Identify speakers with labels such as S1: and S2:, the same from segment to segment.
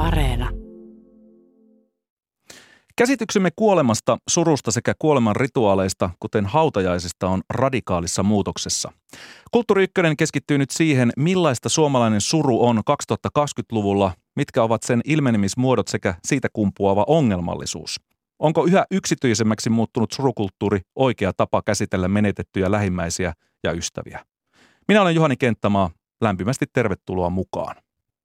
S1: Areena.
S2: Käsityksemme kuolemasta, surusta sekä kuoleman rituaaleista, kuten hautajaisista, on radikaalissa muutoksessa. Kulttuuri Ykkönen keskittyy nyt siihen, millaista suomalainen suru on 2020-luvulla, mitkä ovat sen ilmenemismuodot sekä siitä kumpuava ongelmallisuus. Onko yhä yksityisemmäksi muuttunut surukulttuuri oikea tapa käsitellä menetettyjä lähimmäisiä ja ystäviä? Minä olen Juhani Kenttämaa. Lämpimästi tervetuloa mukaan.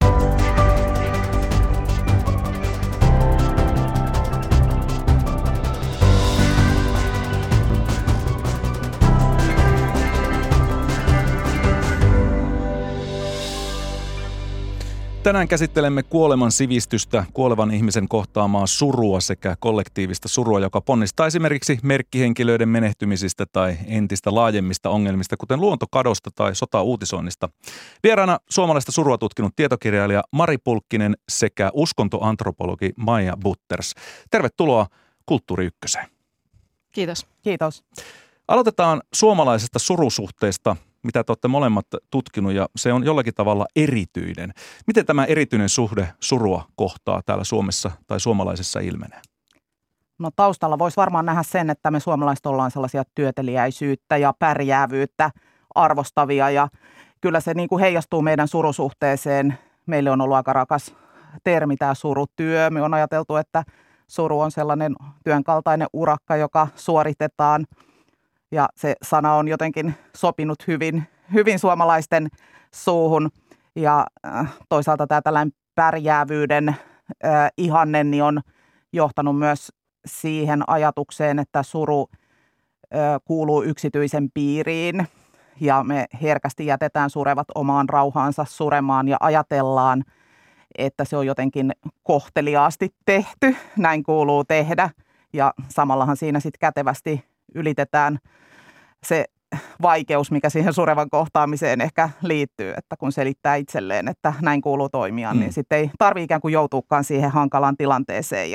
S2: Tänään käsittelemme kuoleman sivistystä, kuolevan ihmisen kohtaamaa surua sekä kollektiivista surua, joka ponnistaa esimerkiksi merkkihenkilöiden menehtymisistä tai entistä laajemmista ongelmista, kuten luontokadosta tai sota-uutisoinnista. Vieraana suomalaista surua tutkinut tietokirjailija Mari Pulkkinen sekä uskontoantropologi Maija Butters. Tervetuloa Kulttuuri Ykköseen.
S3: Kiitos.
S4: Kiitos.
S2: Aloitetaan suomalaisesta surusuhteesta, mitä te olette molemmat tutkinut, ja se on jollakin tavalla erityinen. Miten tämä erityinen suhde surua kohtaa täällä Suomessa tai suomalaisessa ilmenee?
S4: No taustalla voisi varmaan nähdä sen, että me suomalaiset ollaan sellaisia työteliäisyyttä ja pärjäävyyttä arvostavia, ja kyllä se niin kuin heijastuu meidän surusuhteeseen. Meille on ollut aika rakas termi tämä surutyö. Me on ajateltu, että suru on sellainen työn kaltainen urakka, joka suoritetaan. Ja se sana on jotenkin sopinut hyvin suomalaisten suuhun. Ja toisaalta tämä tällainen pärjäävyyden ihanne niin on johtanut myös siihen ajatukseen, että suru kuuluu yksityisen piiriin. Ja me herkästi jätetään surevat omaan rauhaansa suremaan ja ajatellaan, että se on jotenkin kohteliaasti tehty. Näin kuuluu tehdä. Ja samallahan siinä sitten kätevästi ylitetään se vaikeus, mikä siihen surevan kohtaamiseen ehkä liittyy, että kun selittää itselleen, että näin kuuluu toimia, niin sitten ei tarvitse ikään kuin joutuukaan siihen hankalaan tilanteeseen.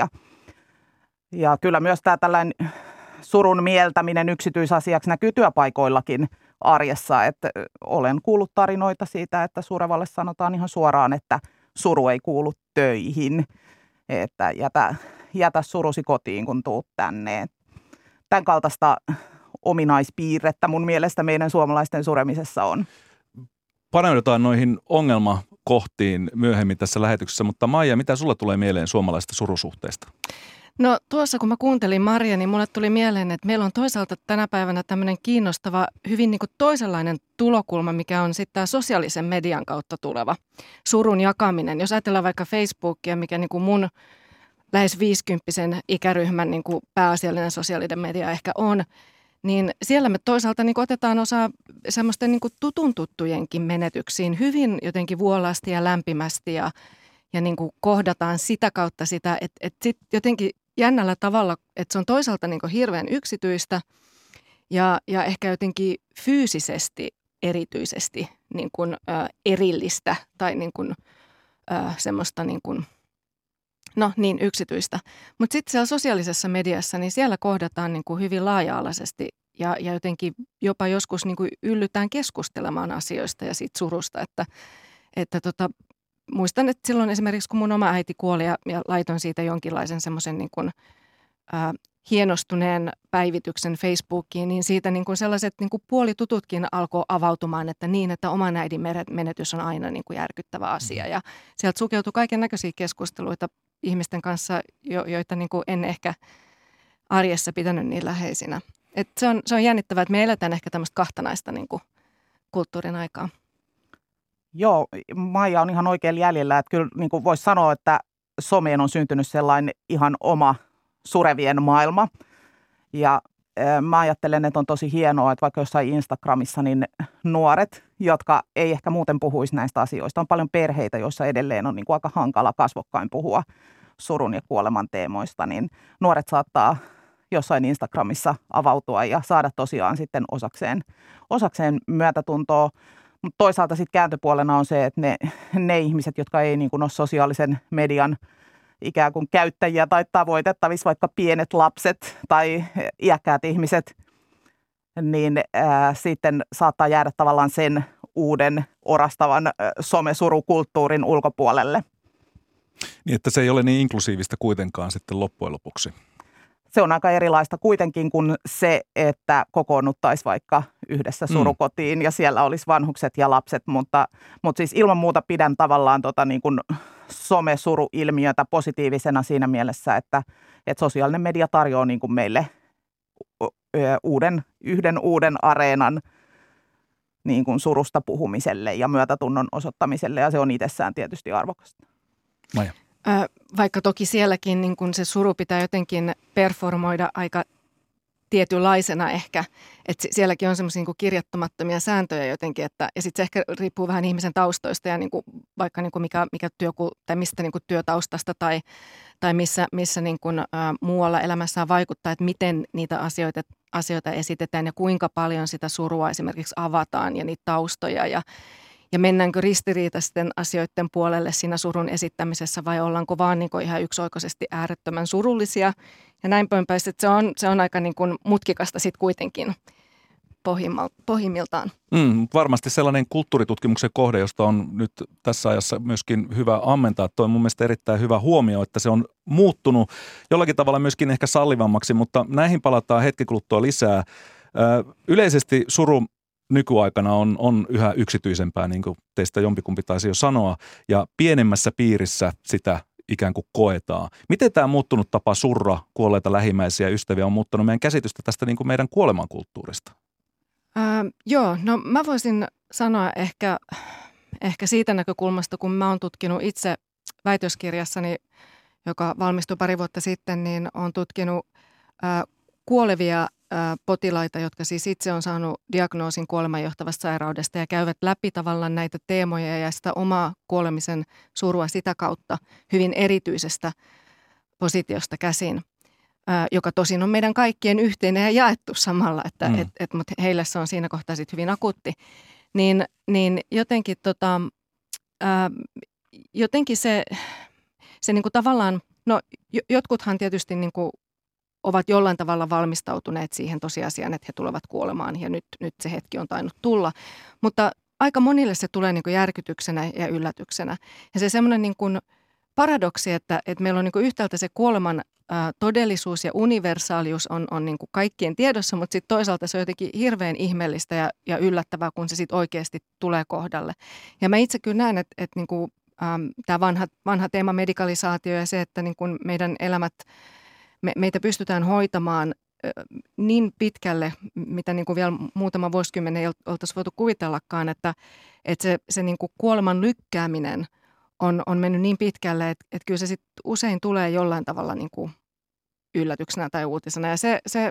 S4: Ja kyllä myös tämä tällainen surun mieltäminen yksityisasiaksi näkyy työpaikoillakin arjessa, että olen kuullut tarinoita siitä, että surevalle sanotaan ihan suoraan, että suru ei kuulu töihin, että jätä surusi kotiin, kun tuut tänne. Tämän kaltaista ominaispiirrettä mun mielestä meidän suomalaisten suremisessa on.
S2: Paneudutaan noihin ongelmakohtiin myöhemmin tässä lähetyksessä, mutta Maija, mitä sulle tulee mieleen suomalaisesta surusuhteesta?
S3: No tuossa kun mä kuuntelin Maria, niin mulle tuli mieleen, että meillä on toisaalta tänä päivänä tämmöinen kiinnostava, hyvin niin kuin toisenlainen tulokulma, mikä on sitten tämä sosiaalisen median kautta tuleva surun jakaminen. Jos ajatellaan vaikka Facebookia, mikä niin kuin mun lähes 50-vuotiaan ikäryhmän niin kuin pääasiallinen sosiaalinen media ehkä on, niin siellä me toisaalta niin kuin otetaan osaa semmoisten niin kuin tuttujenkin menetyksiin hyvin jotenkin vuolaasti ja lämpimästi ja niin kuin kohdataan sitä kautta sitä, että sit jotenkin jännällä tavalla, että se on toisaalta niin kuin hirveän yksityistä ja ehkä jotenkin fyysisesti erityisesti niin kuin, erillistä tai niin kuin, semmoista niin kuin, no niin yksityistä. Mutta sitten siellä sosiaalisessa mediassa, niin siellä kohdataan niin kuin hyvin laaja-alaisesti ja jotenkin jopa joskus niin kuin yllytään keskustelemaan asioista ja siitä surusta. Että muistan, että silloin esimerkiksi kun mun oma äiti kuoli ja laitoin siitä jonkinlaisen semmoisen niin kuin, hienostuneen päivityksen Facebookiin, niin siitä niin kuin sellaiset niin kuin puolitututkin alkoi avautumaan, että niin, että oman äidin menetys on aina niin kuin järkyttävä asia. Ja sieltä sukeutui kaiken näköisiä keskusteluita ihmisten kanssa, joita niin kuin en ehkä arjessa pitänyt niin läheisinä. Et se on jännittävää, että me eletään ehkä tämmöistä kahtanaista niin kuin kulttuurin aikaa.
S4: Joo, Maija on ihan oikein jäljellä, että kyllä niin kuin voisi sanoa, että someen on syntynyt sellainen ihan oma surevien maailma. Ja mä ajattelen, että on tosi hienoa, että vaikka jossain Instagramissa, niin nuoret, jotka ei ehkä muuten puhuisi näistä asioista, on paljon perheitä, joissa edelleen on niin kuin aika hankala kasvokkain puhua surun ja kuoleman teemoista, niin nuoret saattaa jossain Instagramissa avautua ja saada tosiaan sitten osakseen myötätuntoa. Mutta toisaalta sitten kääntöpuolena on se, että ne ihmiset, jotka ei niin kuin ole sosiaalisen median ikään kuin käyttäjiä tai tavoitettavissa, vaikka pienet lapset tai iäkkäät ihmiset, niin sitten saattaa jäädä tavallaan sen uuden orastavan somesurukulttuurin ulkopuolelle.
S2: Niin, että se ei ole niin inklusiivista kuitenkaan sitten loppujen lopuksi.
S4: Se on aika erilaista kuitenkin kuin se, että kokoonnuttaisiin vaikka yhdessä surukotiin ja siellä olisi vanhukset ja lapset, mutta siis ilman muuta pidän tavallaan niin kuin somesuruilmiötä positiivisena siinä mielessä, että sosiaalinen media tarjoaa niin kuin meille yhden uuden areenan niin kuin surusta puhumiselle ja myötätunnon osoittamiselle, ja se on itsessään tietysti arvokasta.
S2: Maija.
S3: Vaikka toki sielläkin niin kun se suru pitää jotenkin performoida aika tietynlaisena ehkä, että sielläkin on semmoisia niin kirjattomattomia sääntöjä jotenkin, ja sitten se ehkä riippuu vähän ihmisen taustoista ja niin kuin, vaikka niin kuin mikä tai mistä niin kuin työtaustasta tai missä niin kuin, muualla elämässään vaikuttaa, että miten niitä asioita esitetään ja kuinka paljon sitä surua esimerkiksi avataan ja niitä taustoja ja mennäänkö ristiriitaisten asioiden puolelle siinä surun esittämisessä vai ollaanko vaan niin kuin ihan yksioikoisesti äärettömän surullisia ja näin päin. Se on aika niin kuin mutkikasta sitten kuitenkin pohjimmiltaan.
S2: Varmasti sellainen kulttuuritutkimuksen kohde, josta on nyt tässä ajassa myöskin hyvä ammentaa. Tuo on mun mielestä erittäin hyvä huomio, että se on muuttunut jollakin tavalla myöskin ehkä sallivammaksi, mutta näihin palataan hetki kuluttua lisää. Yleisesti suru nykyaikana on yhä yksityisempää, niin kuin teistä jompikumpi taisi jo sanoa, ja pienemmässä piirissä sitä ikään kuin koetaan. Miten tämä muuttunut tapa surra kuolleita lähimmäisiä ja ystäviä on muuttanut meidän käsitystä tästä niin kuin meidän kuolemankulttuurista?
S3: Joo, no mä voisin sanoa ehkä siitä näkökulmasta, kun mä oon tutkinut itse väitöskirjassani, joka valmistui pari vuotta sitten, niin oon tutkinut kuolevia potilaita, jotka siis itse on saanut diagnoosin kuolemaan johtavasta sairaudesta ja käyvät läpi tavallaan näitä teemoja ja sitä omaa kuolemisen surua sitä kautta hyvin erityisestä positiosta käsin, joka tosin on meidän kaikkien yhteinen ja jaettu samalla, mutta heille se on siinä kohtaa sitten hyvin akuutti. Niin jotenkin se niinku tavallaan, no jotkuthan tietysti niinku ovat jollain tavalla valmistautuneet siihen tosiasiaan, että he tulevat kuolemaan ja nyt se hetki on tainnut tulla. Mutta aika monille se tulee niin kuin järkytyksenä ja yllätyksenä. Ja se semmoinen niin kuin paradoksi, että meillä on niin kuin yhtäältä se kuoleman todellisuus ja universaalius on niin kuin kaikkien tiedossa, mutta sitten toisaalta se on jotenkin hirveän ihmeellistä ja yllättävää, kun se sitten oikeasti tulee kohdalle. Ja mä itse kyllä näen, että niin kuin, tämä vanha teema medikalisaatio ja se, että niin kuin meidän elämät meitä pystytään hoitamaan niin pitkälle, mitä niin kuin vielä muutama vuosikymmenen ei oltaisi voitu kuvitellakaan, että se niin kuin kuoleman lykkääminen on mennyt niin pitkälle, että kyllä se sit usein tulee jollain tavalla niin kuin yllätyksenä tai uutisena. Ja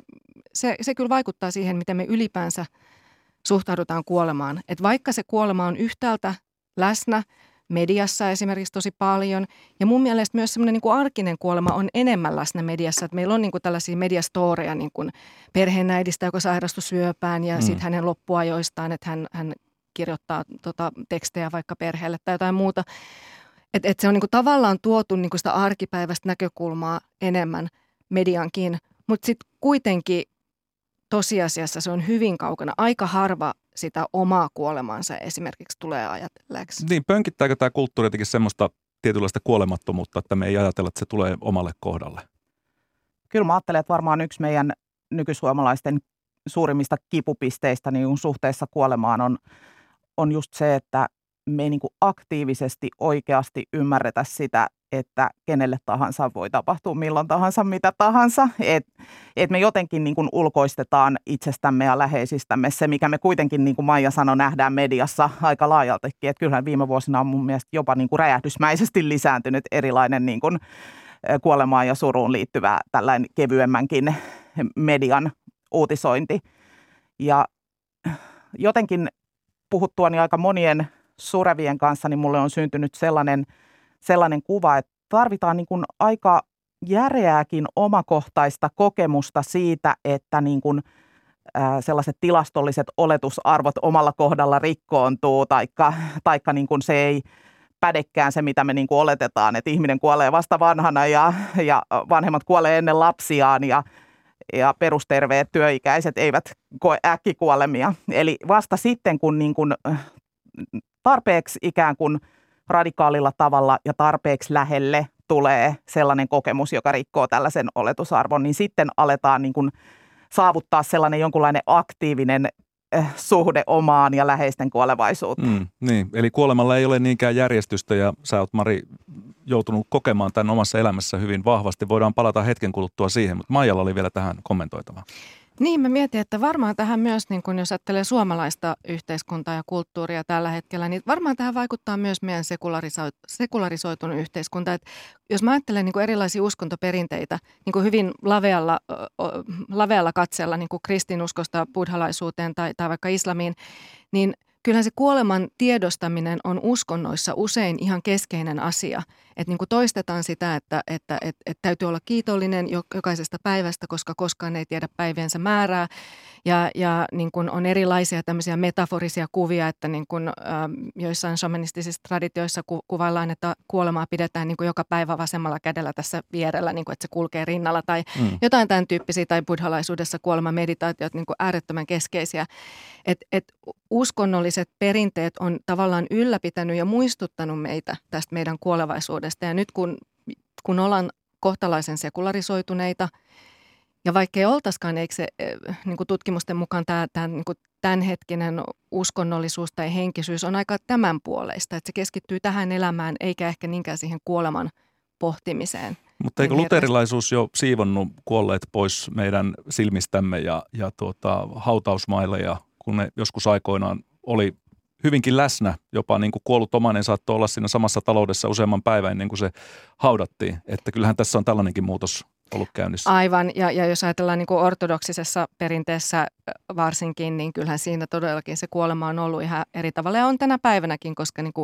S3: se kyllä vaikuttaa siihen, miten me ylipäänsä suhtaudutaan kuolemaan. Että vaikka se kuolema on yhtäältä läsnä, mediassa esimerkiksi tosi paljon. Ja mun mielestä myös semmoinen niin kuin arkinen kuolema on enemmän läsnä mediassa. Että meillä on niin kuin tällaisia mediastoreja, niin kuin perheenäidistä, joka sairastui syöpään ja sitten hänen loppuajoistaan, että hän kirjoittaa tekstejä vaikka perheelle tai jotain muuta. Että se on niin kuin tavallaan tuotu niin kuin sitä arkipäiväistä näkökulmaa enemmän mediankin, mutta sitten kuitenkin tosiasiassa se on hyvin kaukana. Aika harva sitä omaa kuolemansa esimerkiksi tulee ajatelleeksi.
S2: Niin, pönkittääkö tämä kulttuuri jotenkin semmoista tietynlaista kuolemattomuutta, että me ei ajatella, että se tulee omalle kohdalle?
S4: Kyllä mä ajattelen, että varmaan yksi meidän nykysuomalaisten suurimmista kipupisteistä niin suhteessa kuolemaan on just se, että me ei niin kuin aktiivisesti oikeasti ymmärretä sitä, että kenelle tahansa voi tapahtua milloin tahansa, mitä tahansa. Et me jotenkin niin kuin ulkoistetaan itsestämme ja läheisistämme se, mikä me kuitenkin, niin kuin Maija sanoi, nähdään mediassa aika laajaltakin. Et kyllähän viime vuosina on mun mielestä jopa niin kuin räjähdysmäisesti lisääntynyt erilainen niin kuin kuolemaan ja suruun liittyvä tällainen kevyemmänkin median uutisointi. Ja jotenkin puhuttuani aika monien surevien kanssa, niin mulle on syntynyt sellainen kuva, että tarvitaan niin kuin aika järeääkin omakohtaista kokemusta siitä, että niin kuin, sellaiset tilastolliset oletusarvot omalla kohdalla rikkoontuu, taikka niin kuin se ei pädekään se, mitä me niin kuin oletetaan, että ihminen kuolee vasta vanhana ja vanhemmat kuolee ennen lapsiaan ja perusterveet työikäiset eivät koe äkkikuolemia. Eli vasta sitten, kun niin kuin tarpeeksi ikään kuin radikaalilla tavalla ja tarpeeksi lähelle tulee sellainen kokemus, joka rikkoo tällaisen oletusarvon, niin sitten aletaan niin kuin saavuttaa sellainen jonkunlainen aktiivinen suhde omaan ja läheisten kuolevaisuuteen.
S2: Niin, eli kuolemalla ei ole niinkään järjestystä ja sä oot, Mari, joutunut kokemaan tämän omassa elämässä hyvin vahvasti. Voidaan palata hetken kuluttua siihen, mutta Maijalla oli vielä tähän kommentoitavaa.
S3: Niin, mä mietin, että varmaan tähän myös, niin kun jos ajattelee suomalaista yhteiskuntaa ja kulttuuria tällä hetkellä, niin varmaan tähän vaikuttaa myös meidän sekularisoitunut yhteiskunta. Et jos mä ajattelen niin kuin erilaisia uskontoperinteitä niin kuin hyvin lavealla katseella niin kuin kristinuskosta buddhalaisuuteen tai vaikka islamiin, niin kyllähän se kuoleman tiedostaminen on uskonnoissa usein ihan keskeinen asia. Että niin kuin toistetaan sitä, että täytyy olla kiitollinen jokaisesta päivästä, koska koskaan ei tiedä päiviensä määrää. Ja niin kuin on erilaisia tämmöisiä metaforisia kuvia, että niin kuin, joissain shamanistisissa traditioissa kuvaillaan, että kuolemaa pidetään niin kuin joka päivä vasemmalla kädellä tässä vierellä, niin kuin, että se kulkee rinnalla tai jotain tämän tyyppisiä. Tai buddhalaisuudessa kuolemameditaatiot niin kuin äärettömän keskeisiä. Et uskonnolliset perinteet on tavallaan ylläpitänyt ja muistuttanut meitä tästä meidän kuolevaisuudesta. Ja nyt kun ollaan kohtalaisen sekularisoituneita, ja vaikkei oltaisikaan, eikö se niin kuin tutkimusten mukaan tämä niin kuin tämänhetkinen uskonnollisuus tai henkisyys on aika tämänpuoleista, että se keskittyy tähän elämään eikä ehkä niinkään siihen kuoleman pohtimiseen.
S2: Mutta eikö luterilaisuus jo siivonnut kuolleet pois meidän silmistämme ja hautausmaille, ja kun ne joskus aikoinaan oli hyvinkin läsnä, jopa niin kuin kuollut omainen saattoi olla siinä samassa taloudessa useamman päivän ennen kuin se haudattiin. Että kyllähän tässä on tällainenkin muutos ollut käynnissä.
S3: Aivan, ja jos ajatellaan niin kuin ortodoksisessa perinteessä varsinkin, niin kyllähän siinä todellakin se kuolema on ollut ihan eri tavalla ja on tänä päivänäkin, koska niin kuin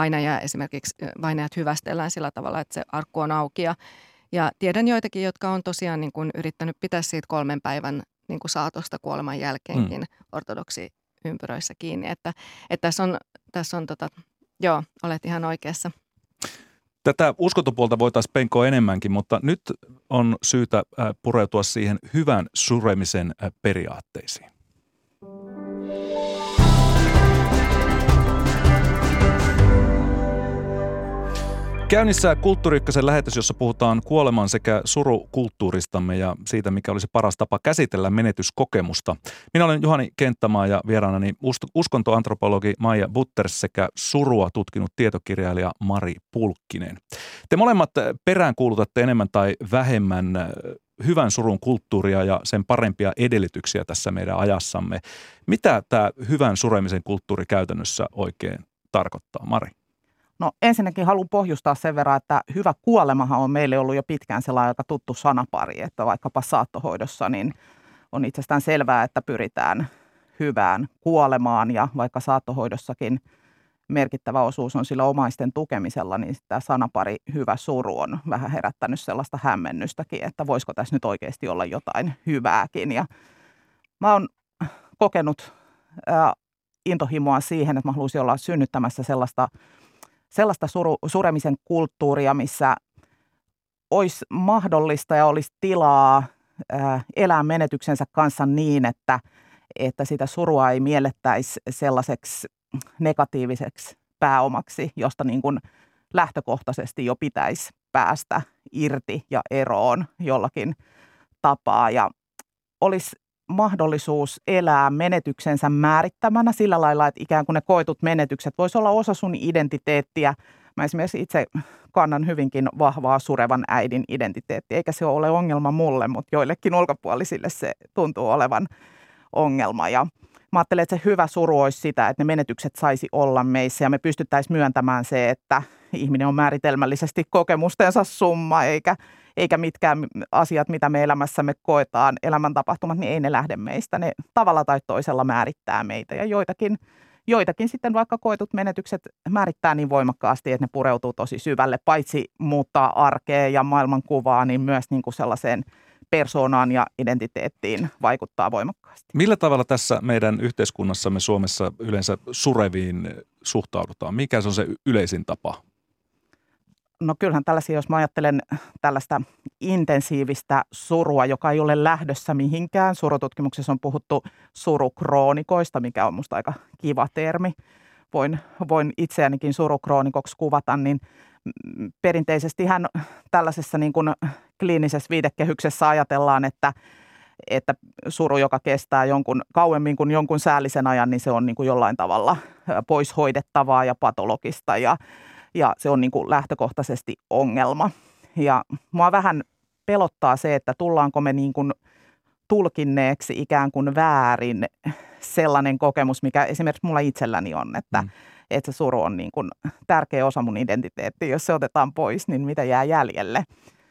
S3: vainajat hyvästellään sillä tavalla, että se arkku on auki. Ja tiedän joitakin, jotka on tosiaan niin kuin yrittänyt pitää siitä 3 päivän niin kuin saatosta kuoleman jälkeenkin ortodoksiympyröissä kiinni. Että tässä on joo, olet ihan oikeassa.
S2: Tätä uskontopuolta voitaisiin penkoa enemmänkin, mutta nyt on syytä pureutua siihen hyvän suremisen periaatteisiin. Käynnissä Kulttuuri Ykkösen lähetys, jossa puhutaan kuoleman sekä surukulttuuristamme ja siitä, mikä olisi paras tapa käsitellä menetyskokemusta. Minä olen Juhani Kenttämaa ja vieraanani uskontoantropologi Maija Butters sekä surua tutkinut tietokirjailija Mari Pulkkinen. Te molemmat peräänkuulutatte enemmän tai vähemmän hyvän surun kulttuuria ja sen parempia edellytyksiä tässä meidän ajassamme. Mitä tämä hyvän suremisen kulttuuri käytännössä oikein tarkoittaa, Mari?
S4: No ensinnäkin haluan pohjustaa sen verran, että hyvä kuolemahan on meille ollut jo pitkään sellainen aika tuttu sanapari, että vaikkapa saattohoidossa niin on itsestään selvää, että pyritään hyvään kuolemaan ja vaikka saattohoidossakin merkittävä osuus on sillä omaisten tukemisella, niin tämä sanapari hyvä suru on vähän herättänyt sellaista hämmennystäkin, että voisiko tässä nyt oikeasti olla jotain hyvääkin. Ja mä oon kokenut intohimoa siihen, että mä haluaisin olla synnyttämässä sellaista suremisen kulttuuria, missä olisi mahdollista ja olisi tilaa elää menetyksensä kanssa niin, että sitä surua ei miellettäisi sellaiseksi negatiiviseksi pääomaksi, josta niin kuin lähtökohtaisesti jo pitäisi päästä irti ja eroon jollakin tapaa. Ja olisi mahdollisuus elää menetyksensä määrittämänä sillä lailla, että ikään kuin ne koetut menetykset voisi olla osa sun identiteettiä. Mä esimerkiksi itse kannan hyvinkin vahvaa surevan äidin identiteettiä, eikä se ole ongelma mulle, mutta joillekin ulkopuolisille se tuntuu olevan ongelma. Ja mä ajattelen, että se hyvä suru olisi sitä, että ne menetykset saisi olla meissä ja me pystyttäisiin myöntämään se, että ihminen on määritelmällisesti kokemustensa summa, eikä mitkään asiat, mitä me elämässämme koetaan, elämäntapahtumat, niin ei ne lähde meistä. Ne tavalla tai toisella määrittää meitä ja joitakin sitten vaikka koetut menetykset määrittää niin voimakkaasti, että ne pureutuu tosi syvälle, paitsi muuttaa arkea ja maailmankuvaa, niin myös niin kuin sellaiseen persoonaan ja identiteettiin vaikuttaa voimakkaasti.
S2: Millä tavalla tässä meidän yhteiskunnassamme Suomessa yleensä sureviin suhtaudutaan? Mikä se on se yleisin tapa?
S4: No kyllähän tällaisia, jos mä ajattelen tällaista intensiivistä surua, joka ei ole lähdössä mihinkään. Surututkimuksessa on puhuttu surukroonikoista, mikä on musta aika kiva termi. Voin itseänikin surukroonikoksi kuvata, niin Perinteisestihän tällaisessa niin kuin kliinisessä viitekehyksessä ajatellaan, että suru, joka kestää jonkun kauemmin kuin jonkun säällisen ajan, niin se on niin kuin jollain tavalla poishoidettavaa ja patologista ja se on niin kuin lähtökohtaisesti ongelma. Ja mua vähän pelottaa se, että tullaanko me niin kuin tulkinneeksi ikään kuin väärin sellainen kokemus, mikä esimerkiksi mulla itselläni on, että se suru on niin kuin tärkeä osa mun identiteettiä. Jos se otetaan pois, niin mitä jää jäljelle?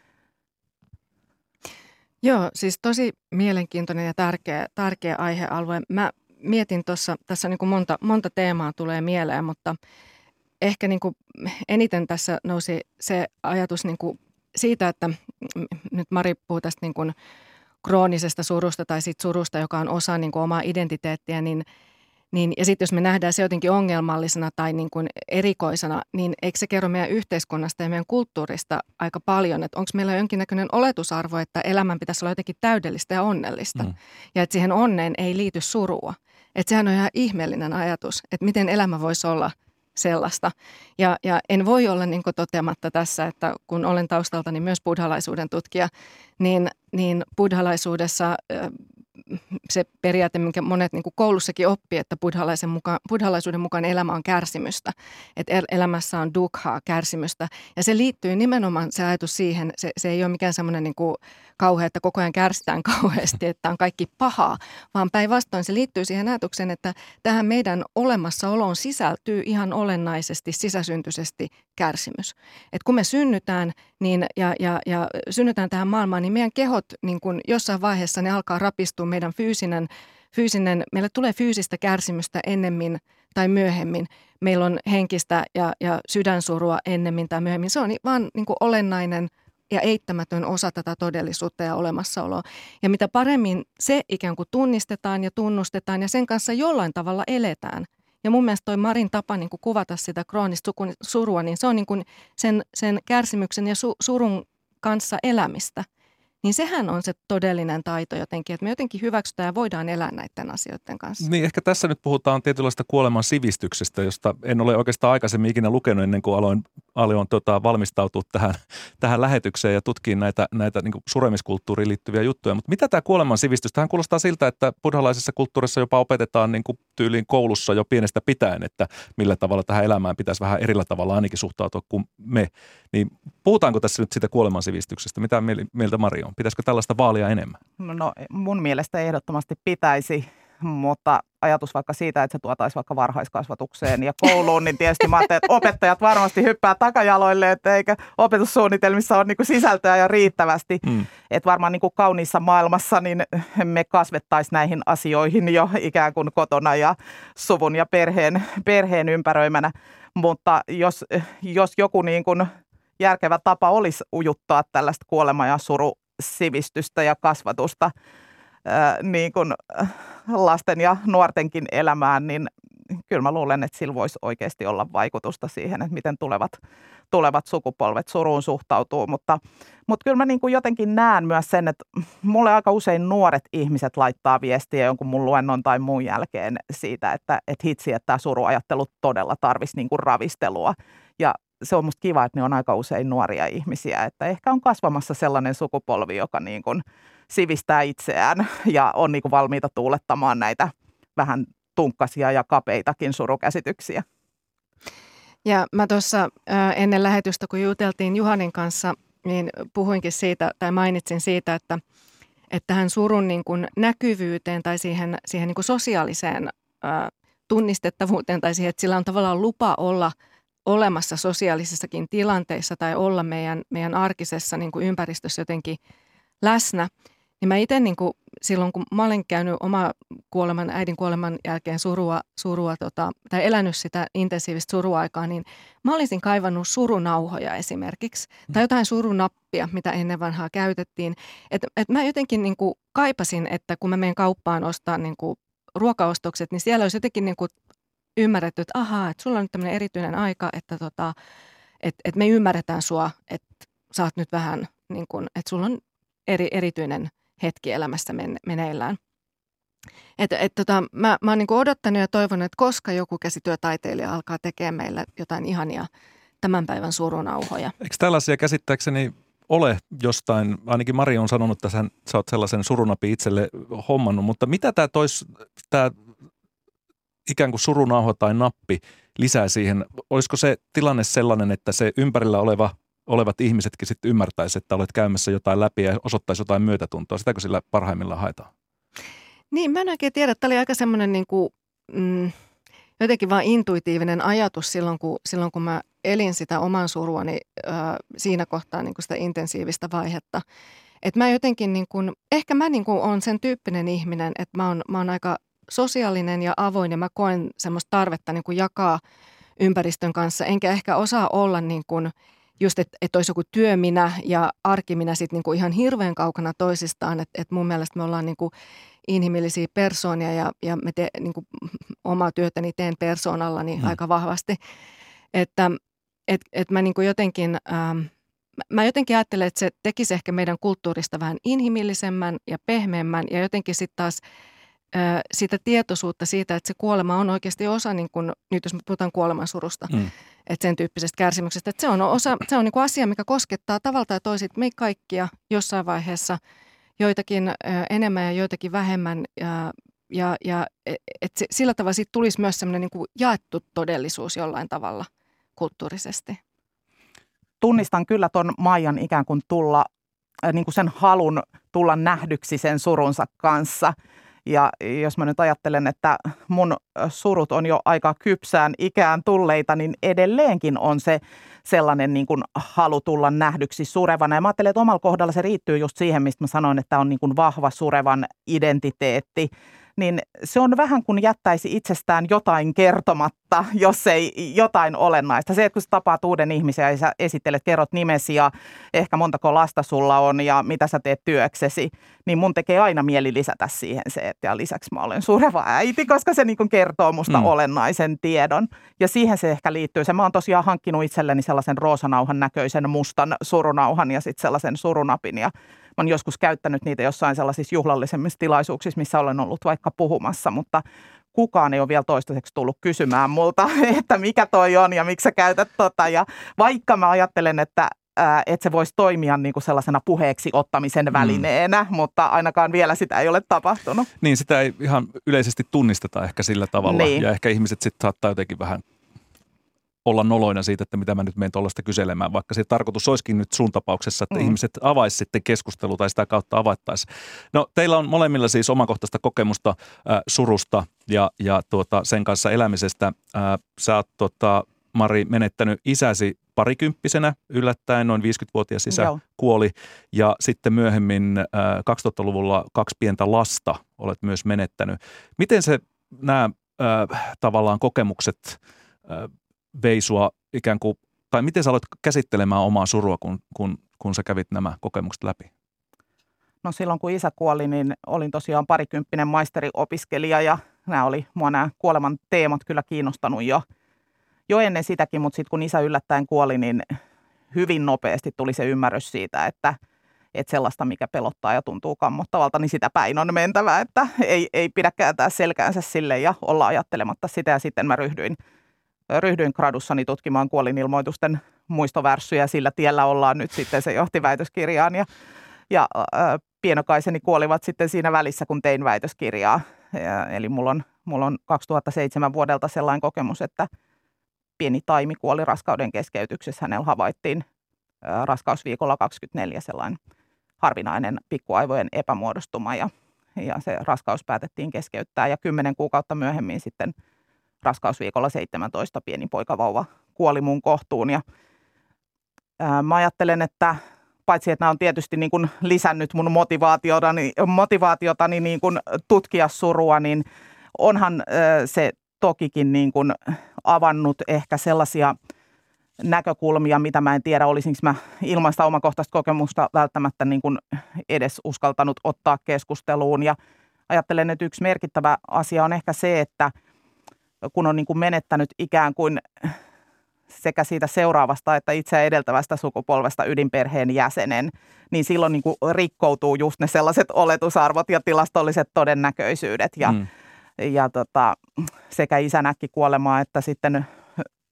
S3: Joo, siis tosi mielenkiintoinen ja tärkeä aihealue. Mä mietin tässä niin kuin monta teemaa tulee mieleen, mutta ehkä niin kuin eniten tässä nousi se ajatus niin kuin siitä, että nyt Mari puhuu tästä niin kuin kroonisesta surusta tai siitä surusta, joka on osa niin kuin omaa identiteettiä, ja sitten jos me nähdään se jotenkin ongelmallisena tai niin kuin erikoisena, niin eikö se kerro meidän yhteiskunnasta ja meidän kulttuurista aika paljon, että onko meillä jonkinnäköinen oletusarvo, että elämän pitäisi olla jotenkin täydellistä ja onnellista, ja että siihen onneen ei liity surua. Että sehän on ihan ihmeellinen ajatus, että miten elämä voisi olla sellaista. Ja en voi olla niin kuin toteamatta tässä, että kun olen taustaltani myös buddhalaisuuden tutkija, niin buddhalaisuudessa se periaate, minkä monet niin kuin koulussakin oppii, että buddhalaisuuden mukaan elämä on kärsimystä, että elämässä on dukkhaa, kärsimystä. Ja se liittyy nimenomaan se ajatus siihen, se ei ole mikään semmoinen niin kuin kauhea, että koko ajan kärsitään kauheasti, että on kaikki pahaa, vaan päinvastoin se liittyy siihen ajatukseen, että tähän meidän olemassaoloon sisältyy ihan olennaisesti, sisäsyntyisesti kärsimys. Että kun me synnytään ja synnytään tähän maailmaan, niin meidän kehot niin kun jossain vaiheessa ne alkaa rapistua, meidän meille tulee fyysistä kärsimystä ennemmin tai myöhemmin. Meillä on henkistä ja sydänsurua ennemmin tai myöhemmin. Se on vaan niin kuin olennainen ja eittämätön osa tätä todellisuutta ja olemassaoloa. Ja mitä paremmin se ikään kuin tunnistetaan ja tunnustetaan ja sen kanssa jollain tavalla eletään. Ja mun mielestä toi Marin tapa niin kuin kuvata sitä kroonista surua, niin se on niin kuin sen kärsimyksen ja surun kanssa elämistä. Niin sehän on se todellinen taito jotenkin, että me jotenkin hyväksytään ja voidaan elää näiden asioiden kanssa.
S2: Niin, ehkä tässä nyt puhutaan tietynlaista kuoleman sivistyksestä, josta en ole oikeastaan aikaisemmin ikinä lukenut ennen kuin aloin valmistautua tähän lähetykseen ja tutkia näitä niin kuin suremiskulttuuriin liittyviä juttuja. Mutta mitä tämä kuoleman sivistys? Tähän kuulostaa siltä, että buddhalaisessa kulttuurissa jopa opetetaan niin kuin tyyliin koulussa jo pienestä pitäen, että millä tavalla tähän elämään pitäisi vähän erillä tavalla ainakin suhtautua kuin me. Niin puhutaanko tässä nyt siitä kuoleman sivistyksestä? Mitä mieltä Mari on? Pitäisikö tällaista vaalia enemmän?
S4: No mun mielestä ehdottomasti pitäisi, mutta ajatus vaikka siitä, että se tuotaisi vaikka varhaiskasvatukseen ja kouluun, niin tietysti mä ajattelin, että opettajat varmasti hyppää takajaloille, että eikä opetussuunnitelmissa ole niin kuin sisältöä ja riittävästi. Että varmaan niin kuin kauniissa maailmassa niin me kasvettaisiin näihin asioihin jo ikään kuin kotona ja suvun ja perheen ympäröimänä. Mutta jos joku niin kuin järkevä tapa olisi ujuttaa tällaista kuolema- ja surusivistystä ja kasvatusta niin kuin lasten ja nuortenkin elämään, niin kyllä mä luulen, että sillä voisi oikeasti olla vaikutusta siihen, että miten tulevat sukupolvet suruun suhtautuu. Mutta kyllä mä niin kuin jotenkin näen myös sen, että mulle aika usein nuoret ihmiset laittaa viestiä jonkun mun luennon tai muun jälkeen siitä, että hitsi, että tämä suruajattelu todella tarvitsisi niin kuin ravistelua. Ja se on musta kiva, että ne on aika usein nuoria ihmisiä, että ehkä on kasvamassa sellainen sukupolvi, joka niin kuin sivistää itseään ja on niin kuin valmiita tuulettamaan näitä vähän tunkkasia ja kapeitakin surukäsityksiä.
S3: Ja mä tuossa ennen lähetystä, kun juteltiin Juhanin kanssa, niin puhuinkin siitä tai mainitsin siitä, että tähän surun niin kuin näkyvyyteen tai siihen niin kuin sosiaaliseen tunnistettavuuteen tai siihen, että sillä on tavallaan lupa olla olemassa sosiaalisissakin tilanteissa tai olla meidän arkisessa niin kuin ympäristössä jotenkin läsnä. Niin mä itse niin kuin silloin, kun mä olen käynyt äidin kuoleman jälkeen surua tai elänyt sitä intensiivistä suruaikaa, niin mä olisin kaivannut surunauhoja esimerkiksi. Tai jotain surunappia, mitä ennen vanhaa käytettiin. Et mä jotenkin niin kuin kaipasin, että kun mä menen kauppaan ostaa niin kuin ruokaostokset, niin siellä olisi jotenkin niin kuin ymmärretty, että ahaa, että sulla on nyt tämmöinen erityinen aika, että me ymmärretään sua, että sä oot nyt vähän niin kuin, että sulla on erityinen hetki elämässä meneillään. Mä oon niin kuin odottanut ja toivonut, että koska joku käsityötaiteilija alkaa tekemään meille jotain ihania tämän päivän surunauhoja.
S2: Eikö tällaisia käsittääkseni ole jostain, ainakin Mari on sanonut, että sä oot sellaisen surunapi itselle hommannut, mutta mitä tämä ikään kuin surunauha tai nappi lisää siihen? Olisiko se tilanne sellainen, että se ympärillä olevat ihmisetkin sitten ymmärtäisi, että olet käymässä jotain läpi ja osoittaisi jotain myötätuntoa? Sitäkö sillä parhaimmillaan haetaan?
S3: Niin, mä en oikein tiedä. Tämä oli aika semmoinen niin kuin, jotenkin vaan intuitiivinen ajatus silloin, kun mä elin sitä oman suruani siinä kohtaa niin kuin sitä intensiivistä vaihetta. Että mä jotenkin, niin kuin, ehkä mä niin kuin olen sen tyyppinen ihminen, että mä oon aika sosiaalinen ja avoin ja mä koen semmoista tarvetta niin kuin jakaa ympäristön kanssa. Enkä ehkä osaa olla niin kuin just, että olisi joku työminä ja arkiminä sitten niin kuin ihan hirveän kaukana toisistaan. Että mun mielestä me ollaan niin kuin inhimillisiä persoonia ja me niin kuin omaa työtäni teen persoonallani aika vahvasti. Että mä niin kuin jotenkin, mä jotenkin ajattelen, että se tekisi ehkä meidän kulttuurista vähän inhimillisemmän ja pehmeämmän ja jotenkin sitten taas sitä tietoisuutta siitä, että se kuolema on oikeasti osa, niin kuin, nyt jos me puhutaan kuolemansurusta, että sen tyyppisestä kärsimyksestä, että se on niin kuin asia, mikä koskettaa tavalla tai toisin meitä kaikkia jossain vaiheessa, joitakin enemmän ja joitakin vähemmän ja että sillä tavalla siitä tulisi myös sellainen niin kuin jaettu todellisuus jollain tavalla kulttuurisesti.
S4: Tunnistan kyllä ton Maijan ikään kuin tulla, niin kuin sen halun tulla nähdyksi sen surunsa kanssa. Ja jos mä nyt ajattelen, että mun surut on jo aika kypsään ikään tulleita, niin edelleenkin on se sellainen niin kuin halu tulla nähdyksi surevana. Ja mä ajattelen, että omalla kohdalla se riittyy just siihen, mistä mä sanoin, että on niin kuin vahva surevan identiteetti. Niin se on vähän kuin jättäisi itsestään jotain kertomatta, jos ei jotain olennaista. Se, että kun sä tapaat uuden ihmisen ja sä esittelet, kerrot nimesi ja ehkä montako lasta sulla on ja mitä sä teet työksesi, niin mun tekee aina mieli lisätä siihen se, että ja lisäksi mä olen sureva äiti, koska se niin kuin kertoo musta olennaisen tiedon. Ja siihen se ehkä liittyy. Mä oon tosiaan hankkinut itselleni sellaisen roosanauhan näköisen mustan surunauhan ja sitten sellaisen surunapin ja mä oon joskus käyttänyt niitä jossain sellaisissa juhlallisemmissa tilaisuuksissa, missä olen ollut vaikka puhumassa, mutta kukaan ei ole vielä toistaiseksi tullut kysymään multa, että mikä toi on ja miksi sä käytät tota. Ja vaikka mä ajattelen, että se voisi toimia niin kuin sellaisena puheeksi ottamisen välineenä, mutta ainakaan vielä sitä ei ole tapahtunut.
S2: Niin, sitä ei ihan yleisesti tunnisteta ehkä sillä tavalla
S4: niin.
S2: Ja ehkä ihmiset sitten saattaa jotenkin vähän olla noloina siitä, että mitä mä nyt menen tuollaista kyselemään, vaikka se tarkoitus olisikin nyt sun tapauksessa, että ihmiset avaisi sitten keskustelua tai sitä kautta avattaisiin. No, teillä on molemmilla siis omakohtaista kokemusta surusta ja sen kanssa elämisestä. Sä oot, Mari, menettänyt isäsi parikymppisenä yllättäen, noin 50-vuotias isä kuoli ja sitten myöhemmin 2000-luvulla 2 pientä lasta olet myös menettänyt. Miten nämä tavallaan kokemukset vei sua ikään kuin, tai miten sä aloit käsittelemään omaa surua, kun sä kävit nämä kokemukset läpi?
S4: No silloin kun isä kuoli, niin olin tosiaan parikymppinen maisteriopiskelija ja nämä kuoleman teemat kyllä kiinnostanut jo ennen sitäkin, mutta sitten kun isä yllättäen kuoli, niin hyvin nopeasti tuli se ymmärrys siitä, että sellaista, mikä pelottaa ja tuntuu kammottavalta, niin sitä päin on mentävä, että ei pidä kääntää selkäänsä sille ja olla ajattelematta sitä ja sitten mä ryhdyin gradussani tutkimaan kuolinilmoitusten muistovärssyjä. Sillä tiellä ollaan nyt sitten, se johti väitöskirjaan ja pienokaiseni kuolivat sitten siinä välissä, kun tein väitöskirjaa. Eli mulla on 2007 vuodelta sellainen kokemus, että pieni Taimi kuoli raskauden keskeytyksessä. Hänellä havaittiin raskausviikolla 24 sellainen harvinainen pikkuaivojen epämuodostuma ja se raskaus päätettiin keskeyttää ja 10 kuukautta myöhemmin sitten raskausviikolla 17 pieni poikavauva kuoli mun kohtuun ja mä ajattelen, että paitsi että nämä on tietysti niin kuin lisännyt mun motivaatiotani niin kuin tutkia surua, niin onhan se tokikin niin kuin avannut ehkä sellaisia näkökulmia, mitä mä en tiedä, olisinko mä ilman sitä omakohtaista kokemusta välttämättä niin kuin edes uskaltanut ottaa keskusteluun. Ja ajattelen, että yksi merkittävä asia on ehkä se, että kun on niin kuin menettänyt ikään kuin sekä siitä seuraavasta että itseä edeltävästä sukupolvesta ydinperheen jäsenen, niin silloin niin kuin rikkoutuu just ne sellaiset oletusarvot ja tilastolliset todennäköisyydet. Ja sekä isän äkkikuolemaa että sitten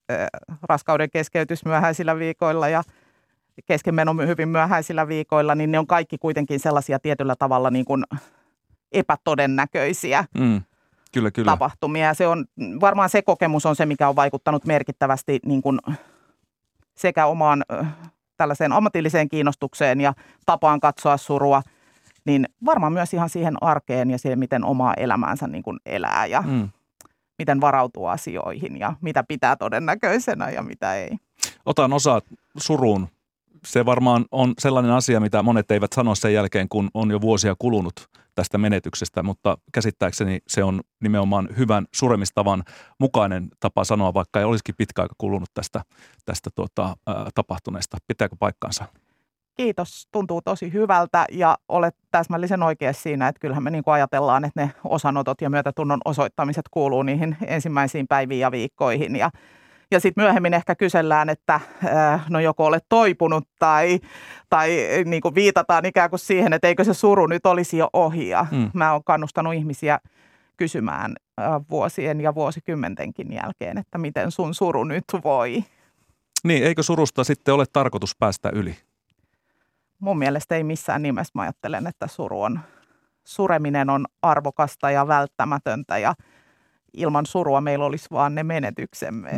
S4: raskauden keskeytys myöhäisillä viikoilla ja keskenmeno hyvin myöhäisillä viikoilla, niin ne on kaikki kuitenkin sellaisia tietyllä tavalla niin kuin epätodennäköisiä
S2: Kyllä.
S4: tapahtumia. Se on, varmaan se kokemus on se, mikä on vaikuttanut merkittävästi niin kuin sekä omaan tällaiseen ammatilliseen kiinnostukseen ja tapaan katsoa surua, niin varmaan myös ihan siihen arkeen ja siihen, miten omaa elämäänsä niin kuin elää ja miten varautuu asioihin ja mitä pitää todennäköisenä ja mitä ei.
S2: Otan osaa suruun. Se varmaan on sellainen asia, mitä monet eivät sano sen jälkeen, kun on jo vuosia kulunut tästä menetyksestä, mutta käsittääkseni se on nimenomaan hyvän suremistavan mukainen tapa sanoa, vaikka ei olisikin pitkä aika kulunut tästä tapahtuneesta. Pitääkö paikkaansa?
S4: Kiitos, tuntuu tosi hyvältä ja olet täsmällisen oikeassa siinä, että kyllähän me niin kuin ajatellaan, että ne osanotot ja myötätunnon osoittamiset kuuluu niihin ensimmäisiin päiviin ja viikkoihin ja sitten myöhemmin ehkä kysellään, että no joko olet toipunut tai niin kuin viitataan ikään kuin siihen, että eikö se suru nyt olisi jo ohi. Ja mä oon kannustanut ihmisiä kysymään vuosien ja vuosikymmentenkin jälkeen, että miten sun suru nyt voi.
S2: Niin, eikö surusta sitten ole tarkoitus päästä yli?
S4: Mun mielestä ei missään nimessä. Mä ajattelen, että sureminen on arvokasta ja välttämätöntä ja ilman surua meillä olisi vaan ne menetyksemme.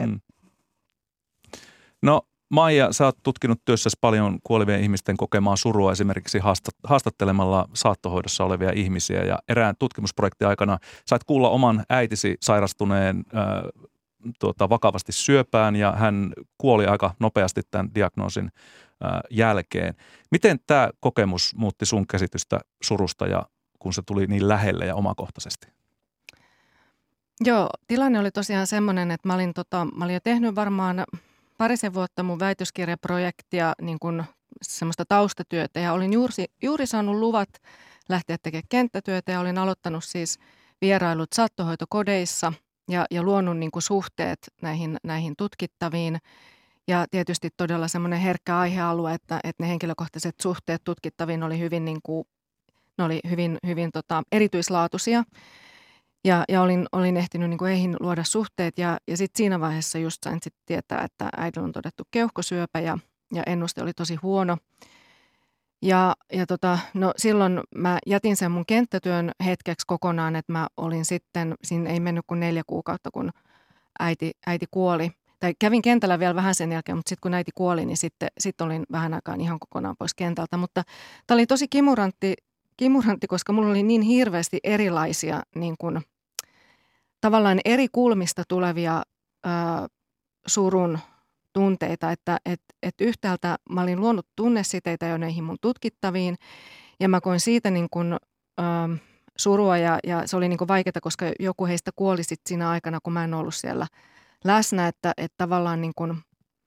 S2: No Maija, sä oot tutkinut työssäsi paljon kuolevien ihmisten kokemaa surua esimerkiksi haastattelemalla saattohoidossa olevia ihmisiä ja erään tutkimusprojektin aikana sait kuulla oman äitisi sairastuneen vakavasti syöpään ja hän kuoli aika nopeasti tämän diagnoosin jälkeen. Miten tämä kokemus muutti sun käsitystä surusta ja kun se tuli niin lähelle ja omakohtaisesti?
S3: Joo, tilanne oli tosiaan semmoinen, että mä olin jo tehnyt varmaan parisen vuotta mun väitöskirjaprojektia, niin kuin semmoista taustatyötä ja olin juuri saanut luvat lähteä tekemään kenttätyötä ja olin aloittanut siis vierailut saattohoitokodeissa ja luonut niin kuin suhteet näihin tutkittaviin. Ja tietysti todella semmoinen herkkä aihealue, että ne henkilökohtaiset suhteet tutkittaviin oli hyvin, niin kuin, ne oli hyvin erityislaatuisia. Ja olin ehtinyt niin kuin heihin luoda suhteet ja sitten siinä vaiheessa just sain sitten tietää, että äidillä on todettu keuhkosyöpä ja ennuste oli tosi huono. No silloin mä jätin sen mun kenttätyön hetkeksi kokonaan, että mä olin sitten, siinä ei mennyt kuin 4 kuukautta, kun äiti kuoli. Tai kävin kentällä vielä vähän sen jälkeen, mutta sitten kun äiti kuoli, niin sitten olin vähän aikaan ihan kokonaan pois kentältä. Mutta tämä oli tosi kimurantti, koska mulla oli niin hirveästi erilaisia niin kuin, tavallaan eri kulmista tulevia surun tunteita, että yhtäältä mä olin luonut tunnesiteitä jo näihin mun tutkittaviin ja mä koin siitä niin kuin, surua ja se oli niin kuin vaikeaa, koska joku heistä kuoli sit siinä aikana, kun mä en ollut siellä läsnä, että tavallaan niin kuin,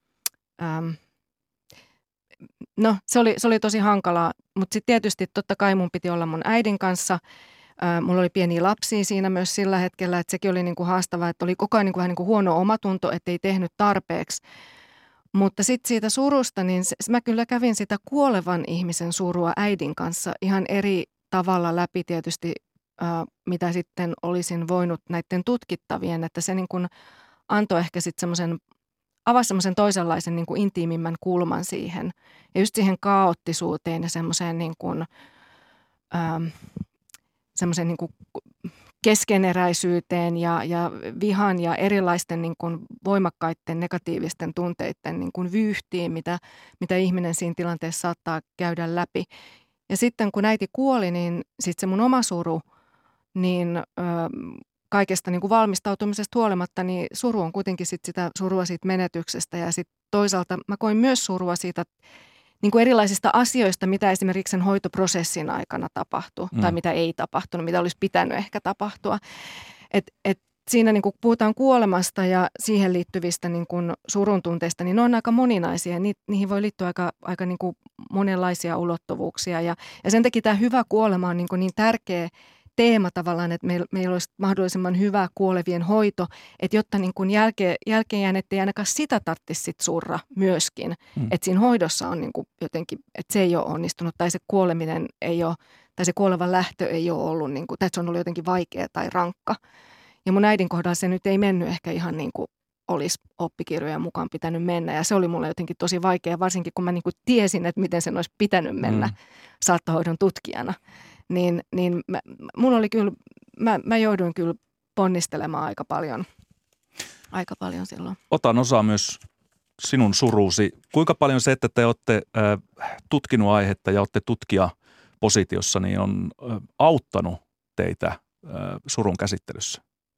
S3: no se oli tosi hankalaa, mutta sitten tietysti totta kai mun piti olla mun äidin kanssa. Mulla oli pieniä lapsia siinä myös sillä hetkellä, että sekin oli niin kuin haastavaa, että oli koko ajan niin kuin vähän niin kuin huono omatunto, että ei tehnyt tarpeeksi. Mutta sitten siitä surusta, niin mä kyllä kävin sitä kuolevan ihmisen surua äidin kanssa ihan eri tavalla läpi tietysti, mitä sitten olisin voinut näiden tutkittavien, että se niin kuin antoi ehkä sitten avasi semmoisen toisenlaisen niin kuin intiimimmän kulman siihen. Ja just siihen kaoottisuuteen ja semmoiseen niin kuin, semmoisen niin kuin keskeneräisyyteen ja vihan ja erilaisten niin kuin voimakkaiden negatiivisten tunteiden niin kuin vyyhtiin, mitä ihminen siinä tilanteessa saattaa käydä läpi. Ja sitten kun äiti kuoli, niin sitten se mun oma suru, niin kaikesta niin kuin valmistautumisesta huolimatta, niin suru on kuitenkin sit sitä surua siitä menetyksestä ja sitten toisaalta mä koin myös surua siitä niin kuin erilaisista asioista, mitä esimerkiksi sen hoitoprosessin aikana tapahtui tai mitä ei tapahtunut, mitä olisi pitänyt ehkä tapahtua. Et siinä niin kuin puhutaan kuolemasta ja siihen liittyvistä niin kuin surun tunteista, niin ne on aika moninaisia. Niihin voi liittyä aika niin kuin monenlaisia ulottuvuuksia ja sen takia tämä hyvä kuolema on niin tärkeä teema tavallaan, että meillä olisi mahdollisimman hyvä kuolevien hoito, että jotta niin kuin jälkeenjääneet ei ainakaan sitä tarvitsisi sit surra myöskin. Että siinä hoidossa on niin kuin jotenkin, että se ei ole onnistunut tai se kuoleminen ei ole, tai se kuolevan lähtö ei ole ollut, niin kuin, tai se on ollut jotenkin vaikea tai rankka. Ja mun äidin kohdalla se nyt ei mennyt ehkä ihan niin kuin olisi oppikirjojen mukaan pitänyt mennä. Ja se oli mulle jotenkin tosi vaikea, varsinkin kun mä niin kuin tiesin, että miten sen olisi pitänyt mennä saattohoidon tutkijana. Niin mun oli kyllä, mä jouduin kyllä ponnistelemaan aika paljon silloin.
S2: Otan osaa myös sinun suruusi. Kuinka paljon se, että te olette tutkinut aihetta ja olette tutkijapositiossa, niin on auttanut teitä surun käsittelyssä?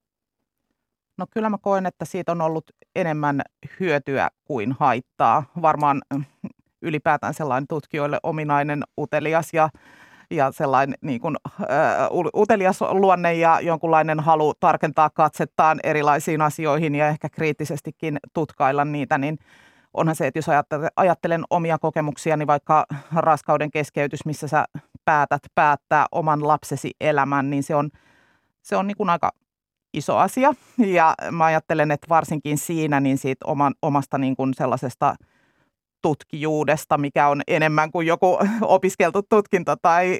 S4: No kyllä mä koen, että siitä on ollut enemmän hyötyä kuin haittaa. Varmaan ylipäätään sellainen tutkijoille ominainen utelias ja sellainen niin kuin, utelias luonne ja jonkunlainen halu tarkentaa katsettaan erilaisiin asioihin ja ehkä kriittisestikin tutkailla niitä, niin onhan se, että jos ajattelen omia kokemuksiani, vaikka raskauden keskeytys, missä sä päätät päättää oman lapsesi elämän, niin se on niin kuin aika iso asia. Ja mä ajattelen, että varsinkin siinä, niin siitä omasta niin kuin sellaisesta tutkijuudesta, mikä on enemmän kuin joku opiskeltu tutkinto tai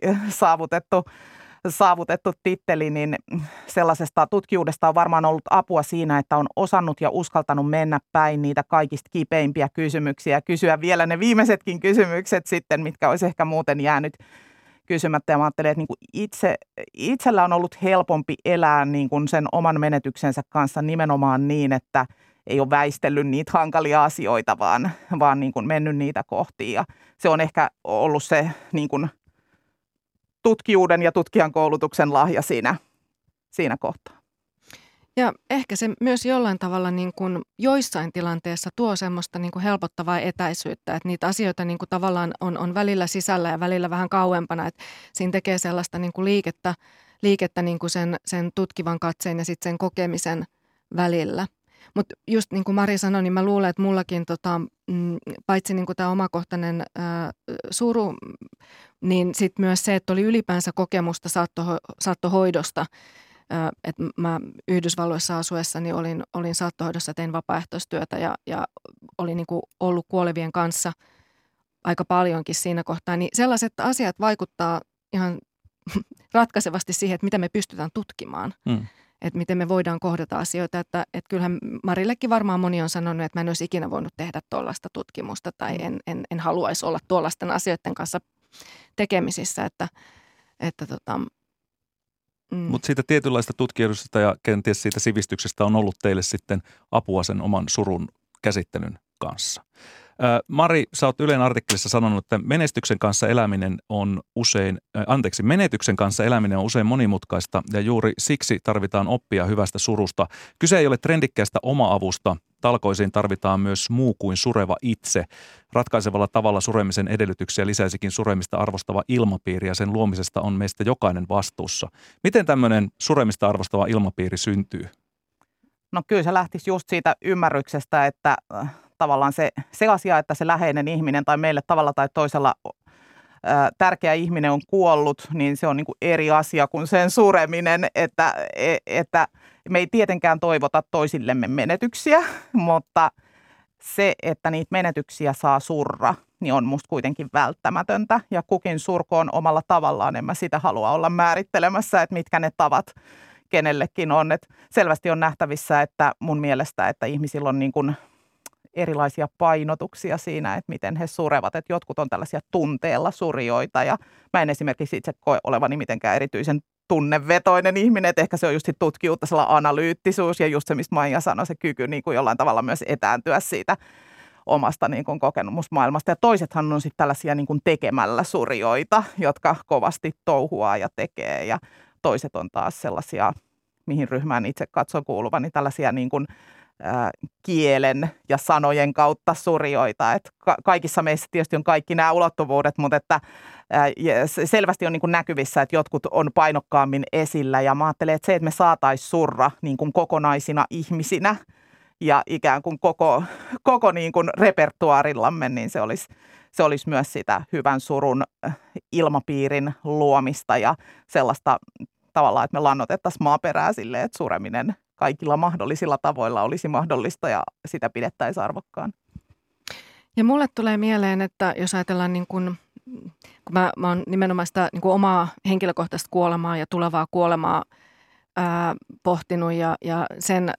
S4: saavutettu titteli, niin sellaisesta tutkijuudesta on varmaan ollut apua siinä, että on osannut ja uskaltanut mennä päin niitä kaikista kipeimpiä kysymyksiä ja kysyä vielä ne viimeisetkin kysymykset sitten, mitkä olisi ehkä muuten jäänyt kysymättä. Ja mä ajattelen, että niin kuin itsellä on ollut helpompi elää niin kuin sen oman menetyksensä kanssa nimenomaan niin, että ei ole väistellyt niitä hankalia asioita, vaan niin kuin mennyt niitä kohti. Ja se on ehkä ollut se niin kuin tutkijuuden ja tutkijan koulutuksen lahja siinä kohtaa.
S3: Ja ehkä se myös jollain tavalla niin kuin joissain tilanteessa tuo semmoista niin kuin helpottavaa etäisyyttä, että niitä asioita niin kuin tavallaan on välillä sisällä ja välillä vähän kauempana, että siinä tekee sellaista niin kuin liikettä niin kuin sen tutkivan katseen ja sitten sen kokemisen välillä. Mutta just niin kuin Mari sanoi, niin mä luulen, että mullakin paitsi niin kuin tämä omakohtainen suru, niin sitten myös se, että oli ylipäänsä kokemusta saattohoidosta. Että mä Yhdysvalloissa asuessani olin saattohoidossa, tein vapaaehtoistyötä ja olin niin kuin ollut kuolevien kanssa aika paljonkin siinä kohtaa. Niin sellaiset asiat vaikuttaa ihan ratkaisevasti siihen, että mitä me pystytään tutkimaan. Että miten me voidaan kohdata asioita, että kyllähän Marillekin varmaan moni on sanonut, että mä en olisi ikinä voinut tehdä tuollaista tutkimusta tai en haluaisi olla tuollaisten asioiden kanssa tekemisissä,
S2: Mutta siitä tietynlaista tutkimuksesta ja kenties siitä sivistyksestä on ollut teille sitten apua sen oman surun käsittelyn kanssa. Mari, sä oot Ylen artikkelissa sanonut, että menetyksen kanssa eläminen on usein monimutkaista ja juuri siksi tarvitaan oppia hyvästä surusta. Kyse ei ole trendikkäästä oma-avusta. Talkoisiin tarvitaan myös muu kuin sureva itse. Ratkaisevalla tavalla suremisen edellytyksiä lisäisikin suremista arvostava ilmapiiri ja sen luomisesta on meistä jokainen vastuussa. Miten tämmöinen suremista arvostava ilmapiiri syntyy?
S4: No kyllä se lähtisi just siitä ymmärryksestä, että tavallaan se asia, että se läheinen ihminen tai meille tavalla tai toisella tärkeä ihminen on kuollut, niin se on niin kuin eri asia kuin sen sureminen, että me ei tietenkään toivota toisillemme menetyksiä, mutta se, että niitä menetyksiä saa surra, niin on musta kuitenkin välttämätöntä ja kukin surkoon omalla tavallaan. En mä sitä halua olla määrittelemässä, että mitkä ne tavat kenellekin on. Et selvästi on nähtävissä, että mun mielestä, että ihmisillä on niin kuin erilaisia painotuksia siinä, että miten he surevat. Että jotkut on tällaisia tunteella surijoita ja mä en esimerkiksi itse koe olevani mitenkään erityisen tunnevetoinen ihminen, että ehkä se on just tutkijuutta, sellainen analyyttisuus ja just se, mistä Maija sanoi, se kyky niin kuin jollain tavalla myös etääntyä siitä omasta niin kuin kokemusmaailmasta. Ja toisethan on sitten tällaisia niin kuin tekemällä surijoita, jotka kovasti touhuaa ja tekee ja toiset on taas sellaisia, mihin ryhmään itse katson kuuluvani, tällaisia niin kuin kielen ja sanojen kautta surijoita. Että kaikissa meissä tietysti on kaikki nämä ulottuvuudet, mutta että selvästi on niin kuin näkyvissä, että jotkut on painokkaammin esillä. Ja mä ajattelen, että se, että me saataisiin surra niin kuin kokonaisina ihmisinä ja ikään kuin koko niin kuin repertuaarillamme, niin se olisi myös sitä hyvän surun ilmapiirin luomista ja sellaista tavallaan, että me lannotettaisiin maaperää silleen, että sureminen kaikilla mahdollisilla tavoilla olisi mahdollista ja sitä pidettäisiin arvokkaan.
S3: Ja mulle tulee mieleen, että jos ajatellaan niin kun mä oon nimenomaan sitä niin kuin omaa henkilökohtaista kuolemaa ja tulevaa kuolemaa pohtinut ja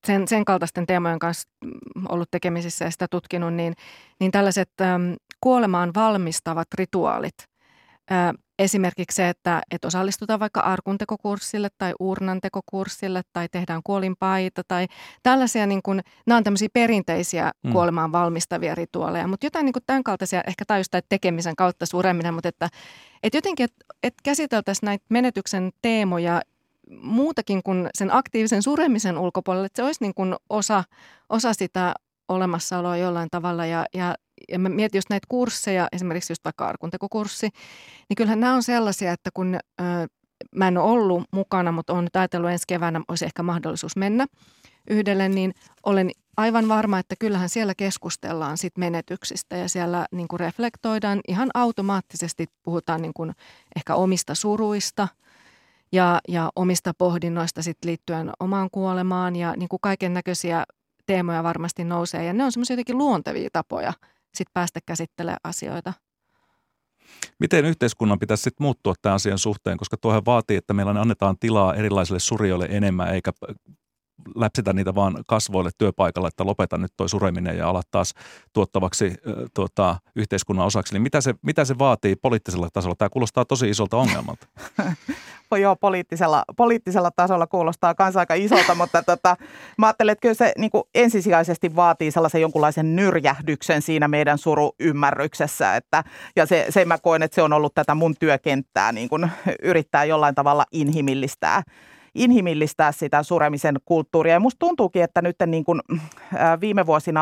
S3: sen kaltaisten teemojen kanssa ollut tekemisissä ja sitä tutkinut, niin tällaiset kuolemaan valmistavat rituaalit, esimerkiksi se, että osallistutaan vaikka arkuntekokurssille tai uurnantekokurssille tai tehdään kuolinpaita tai tällaisia, niin kuin, nämä on tämmöisiä perinteisiä kuolemaan valmistavia rituaaleja, mutta jotain niin kuin tämän kaltaisia, ehkä tai just tekemisen kautta sureminen, mutta että jotenkin, että käsiteltäisiin näitä menetyksen teemoja muutakin kuin sen aktiivisen suremisen ulkopuolelle, että se olisi niin kuin osa sitä olemassaoloa jollain tavalla ja mä mietin just näitä kursseja, esimerkiksi just vaikka arkuntekokurssi, niin kyllähän nämä on sellaisia, että kun mä en ole ollut mukana, mutta olen nyt ajatellut ensi keväänä olisi ehkä mahdollisuus mennä yhdelle, niin olen aivan varma, että kyllähän siellä keskustellaan sit menetyksistä ja siellä niin kuin reflektoidaan ihan automaattisesti, puhutaan niin kuin ehkä omista suruista ja omista pohdinnoista sit liittyen omaan kuolemaan ja niin kuin kaiken näköisiä teemoja varmasti nousee ja ne on semmoisia jotenkin luontevia tapoja sitten päästä käsittelemään asioita.
S2: Miten yhteiskunnan pitäisi sitten muuttua tämän asian suhteen, koska tuohan vaatii, että meillä annetaan tilaa erilaisille surijoille enemmän, eikä läpsitä niitä vaan kasvoille työpaikalla, että lopeta nyt toi sureminen ja ala taas tuottavaksi yhteiskunnan osaksi. Niin mitä se vaatii poliittisella tasolla? Tämä kuulostaa tosi isolta ongelmalta.
S4: Joo, poliittisella tasolla kuulostaa myös aika isolta, mutta mä ajattelen, että kyllä se niin kuin ensisijaisesti vaatii sellaisen jonkunlaisen nyrjähdyksen siinä meidän suruymmärryksessä. Ja se mä koen, että se on ollut tätä mun työkenttää, niin kuin yrittää jollain tavalla inhimillistää sitä suremisen kulttuuria. Ja musta tuntuukin, että nyt niin kuin, viime vuosina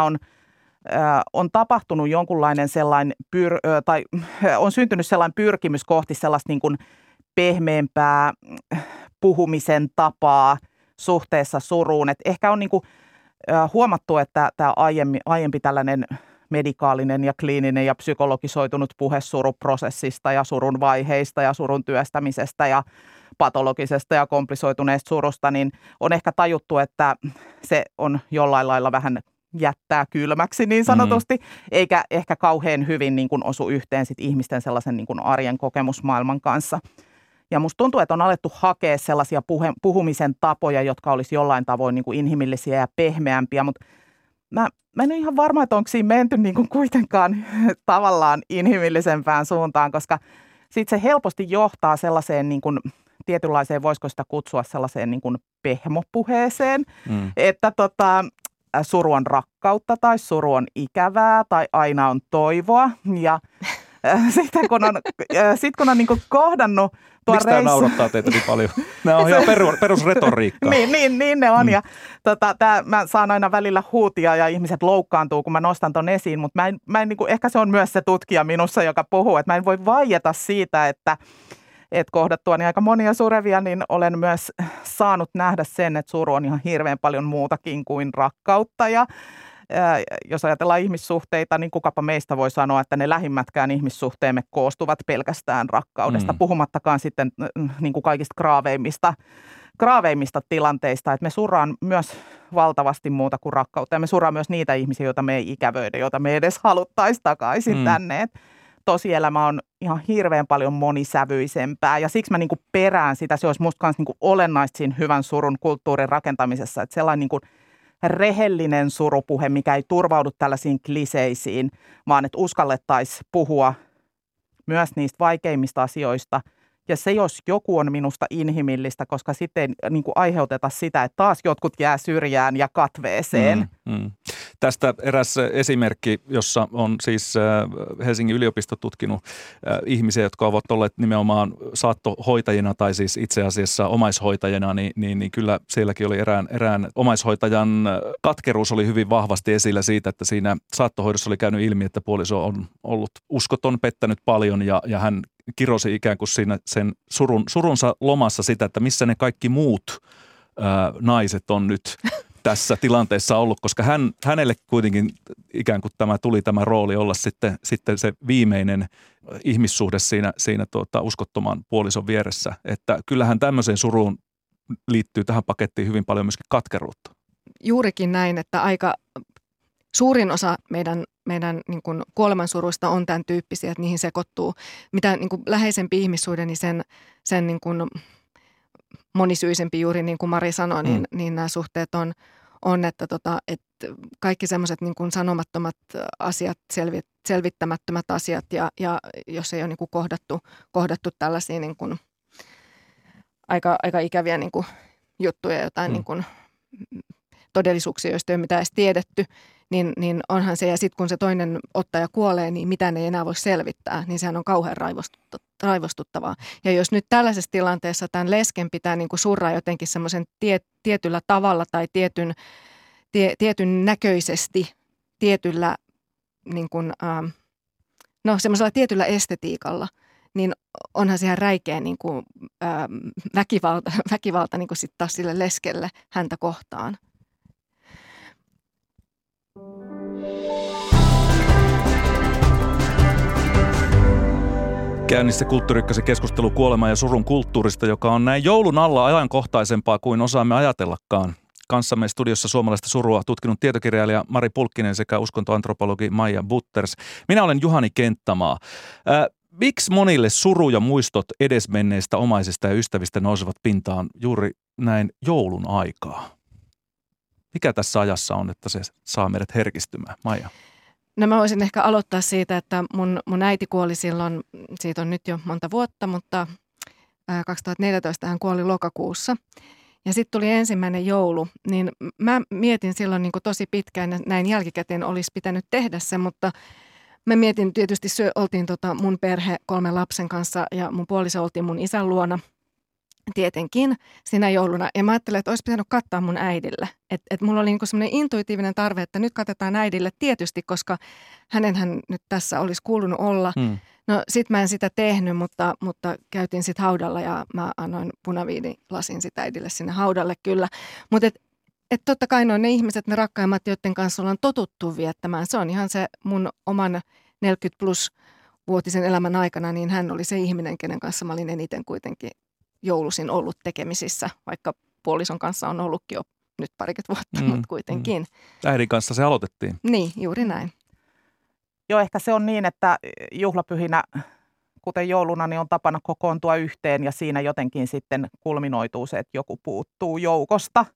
S4: on tapahtunut jonkunlainen sellainen, on syntynyt sellainen pyrkimys kohti sellaista niin kuin pehmeämpää puhumisen tapaa suhteessa suruun. Et ehkä on niin kuin, huomattu, että tämä aiempi tällainen medikaalinen ja kliininen ja psykologisoitunut puhe suruprosessista ja surun vaiheista ja surun työstämisestä ja patologisesta ja komplisoituneesta surusta, niin on ehkä tajuttu, että se on jollain lailla vähän jättää kylmäksi niin sanotusti, eikä ehkä kauhean hyvin niin kuin osu yhteen sit ihmisten sellaisen niin kuin arjen kokemusmaailman kanssa. Ja musta tuntuu, että on alettu hakea sellaisia puhumisen tapoja, jotka olisi jollain tavoin niin kuin inhimillisiä ja pehmeämpiä, mutta mä en ole ihan varma, että onko siinä menty niin kuin kuitenkaan tavallaan inhimillisempään suuntaan, koska sitten se helposti johtaa sellaiseen niin kuin tietynlaiseen, voisiko sitä kutsua sellaiseen niin kuin pehmopuheeseen, että suru on rakkautta tai suru on ikävää tai aina on toivoa. Ja sitten kun on niin kuin kohdannut tuon
S2: miksi tämä naurattaa teitä niin paljon? Nämä on ihan perusretoriikkaa.
S4: niin ne on. Ja mä saan aina välillä huutia ja ihmiset loukkaantuu, kun mä nostan ton esiin, mutta mä en niin kuin, ehkä se on myös se tutkija minussa, joka puhuu, että mä en voi vaieta siitä, että kohdattuani aika monia surevia, niin olen myös saanut nähdä sen, että suru on ihan hirveän paljon muutakin kuin rakkautta. Ja jos ajatellaan ihmissuhteita, niin kukapa meistä voi sanoa, että ne lähimmätkään ihmissuhteemme koostuvat pelkästään rakkaudesta, puhumattakaan sitten niin kuin kaikista graaveimmista tilanteista. Että me surraan myös valtavasti muuta kuin rakkautta ja me surraan myös niitä ihmisiä, joita me ei ikävöidä, joita me edes haluttaisiin takaisin tänne. Tosielämä on ihan hirveän paljon monisävyisempää ja siksi mä niin kuin perään sitä. Se olisi musta myös niin kuin olennaista siinä hyvän surun kulttuurin rakentamisessa, että sellainen niin kuin rehellinen surupuhe, mikä ei turvaudu tällaisiin kliseisiin, vaan että uskallettaisiin puhua myös niistä vaikeimmista asioista. Ja se, jos joku on minusta inhimillistä, koska sitten ei niin kuin aiheuteta sitä, että taas jotkut jää syrjään ja katveeseen.
S2: Tästä eräs esimerkki, jossa on siis Helsingin yliopisto tutkinut ihmisiä, jotka ovat olleet nimenomaan saattohoitajina tai siis itse asiassa omaishoitajina, niin kyllä sielläkin oli erään omaishoitajan katkeruus oli hyvin vahvasti esillä siitä, että siinä saattohoidossa oli käynyt ilmi, että puoliso on ollut uskoton, pettänyt paljon ja hän kirosi ikään kuin siinä sen surunsa lomassa sitä, että missä ne kaikki muut naiset on nyt tässä tilanteessa ollut, koska hänelle kuitenkin ikään kuin tämä rooli olla sitten se viimeinen ihmissuhde siinä uskottoman puolison vieressä. Että kyllähän tämmöiseen suruun liittyy tähän pakettiin hyvin paljon myöskin katkeruutta. Juurikin näin, että aika suurin osa meidän niin kuin kuolemansuruista on tämän tyyppisiä, että niihin sekoittuu. Mitä niin kuin läheisempi ihmissuhde, niin sen niin kuin monisyisempi juuri niin kuin Mari sanoi, niin nämä suhteet
S3: on, että kaikki semmoiset niin kuin sanomattomat asiat, selvittämättömät asiat ja jos ei ole niin kuin kohdattu tällaisia niin kuin aika ikäviä niin kuin juttuja, jotain niin kuin todellisuuksia, joista ei ole mitään edes tiedetty, niin onhan se, ja sitten kun se toinen ottaja kuolee, niin mitään ei enää voi selvittää, niin sehän on kauhean raivostuttavaa. Ja jos nyt tällaisessa tilanteessa tämän lesken pitää niin kuin surraa jotenkin semmoisen tietyllä tavalla tai tietyn näköisesti, tietyllä niin kuin, semmoisella tietyllä estetiikalla, niin onhan se ihan räikeä niin kuin, väkivalta niin kuin sitten taas sille leskelle häntä kohtaan.
S2: Käynnissä Kulttuuri Ykkösen keskustelu kuoleman ja surun kulttuurista, joka on näin joulun alla ajankohtaisempaa kuin osaamme ajatellakaan. Kanssamme studiossa suomalaista surua tutkinut tietokirjailija Mari Pulkkinen sekä uskontoantropologi Maija Butters. Minä olen Juhani Kenttämaa. Miksi monille suru ja muistot edesmenneistä omaisista ja ystävistä nousevat pintaan juuri näin joulun aikaa? Mikä tässä ajassa on, että se saa meidät herkistymään? Maija.
S3: No mä voisin ehkä aloittaa siitä, että mun äiti kuoli silloin, siitä on nyt jo monta vuotta, mutta 2014 hän kuoli lokakuussa. Ja sitten tuli ensimmäinen joulu, niin mä mietin silloin niin kuin tosi pitkään, että näin jälkikäteen olisi pitänyt tehdä se, mutta mä mietin tietysti, oltiin mun perhe 3 lapsen kanssa ja mun puoliso oltiin mun isän luona tietenkin sinä jouluna. Ja mä ajattelin, että olisi pitänyt kattaa mun äidille. Että mulla oli niinku semmoinen intuitiivinen tarve, että nyt katetaan äidille tietysti, koska hänenhän nyt tässä olisi kuulunut olla. No sit mä en sitä tehnyt, mutta käytiin sit haudalla ja mä annoin punaviinilasin sitä äidille sinne haudalle kyllä. Mutta et totta kai ne ihmiset, ne rakkaimmat, joiden kanssa ollaan totuttu viettämään. Se on ihan se mun oman 40+-vuotisen elämän aikana, niin hän oli se ihminen, kenen kanssa mä olin eniten kuitenkin joulusin ollut tekemisissä, vaikka puolison kanssa on ollutkin jo nyt parikymmentä vuotta, mutta kuitenkin.
S2: Äidin kanssa se aloitettiin.
S3: Niin, juuri näin.
S4: Joo, ehkä se on niin, että juhlapyhinä, kuten jouluna, niin on tapana kokoontua yhteen ja siinä jotenkin sitten kulminoituu se, että joku puuttuu joukosta.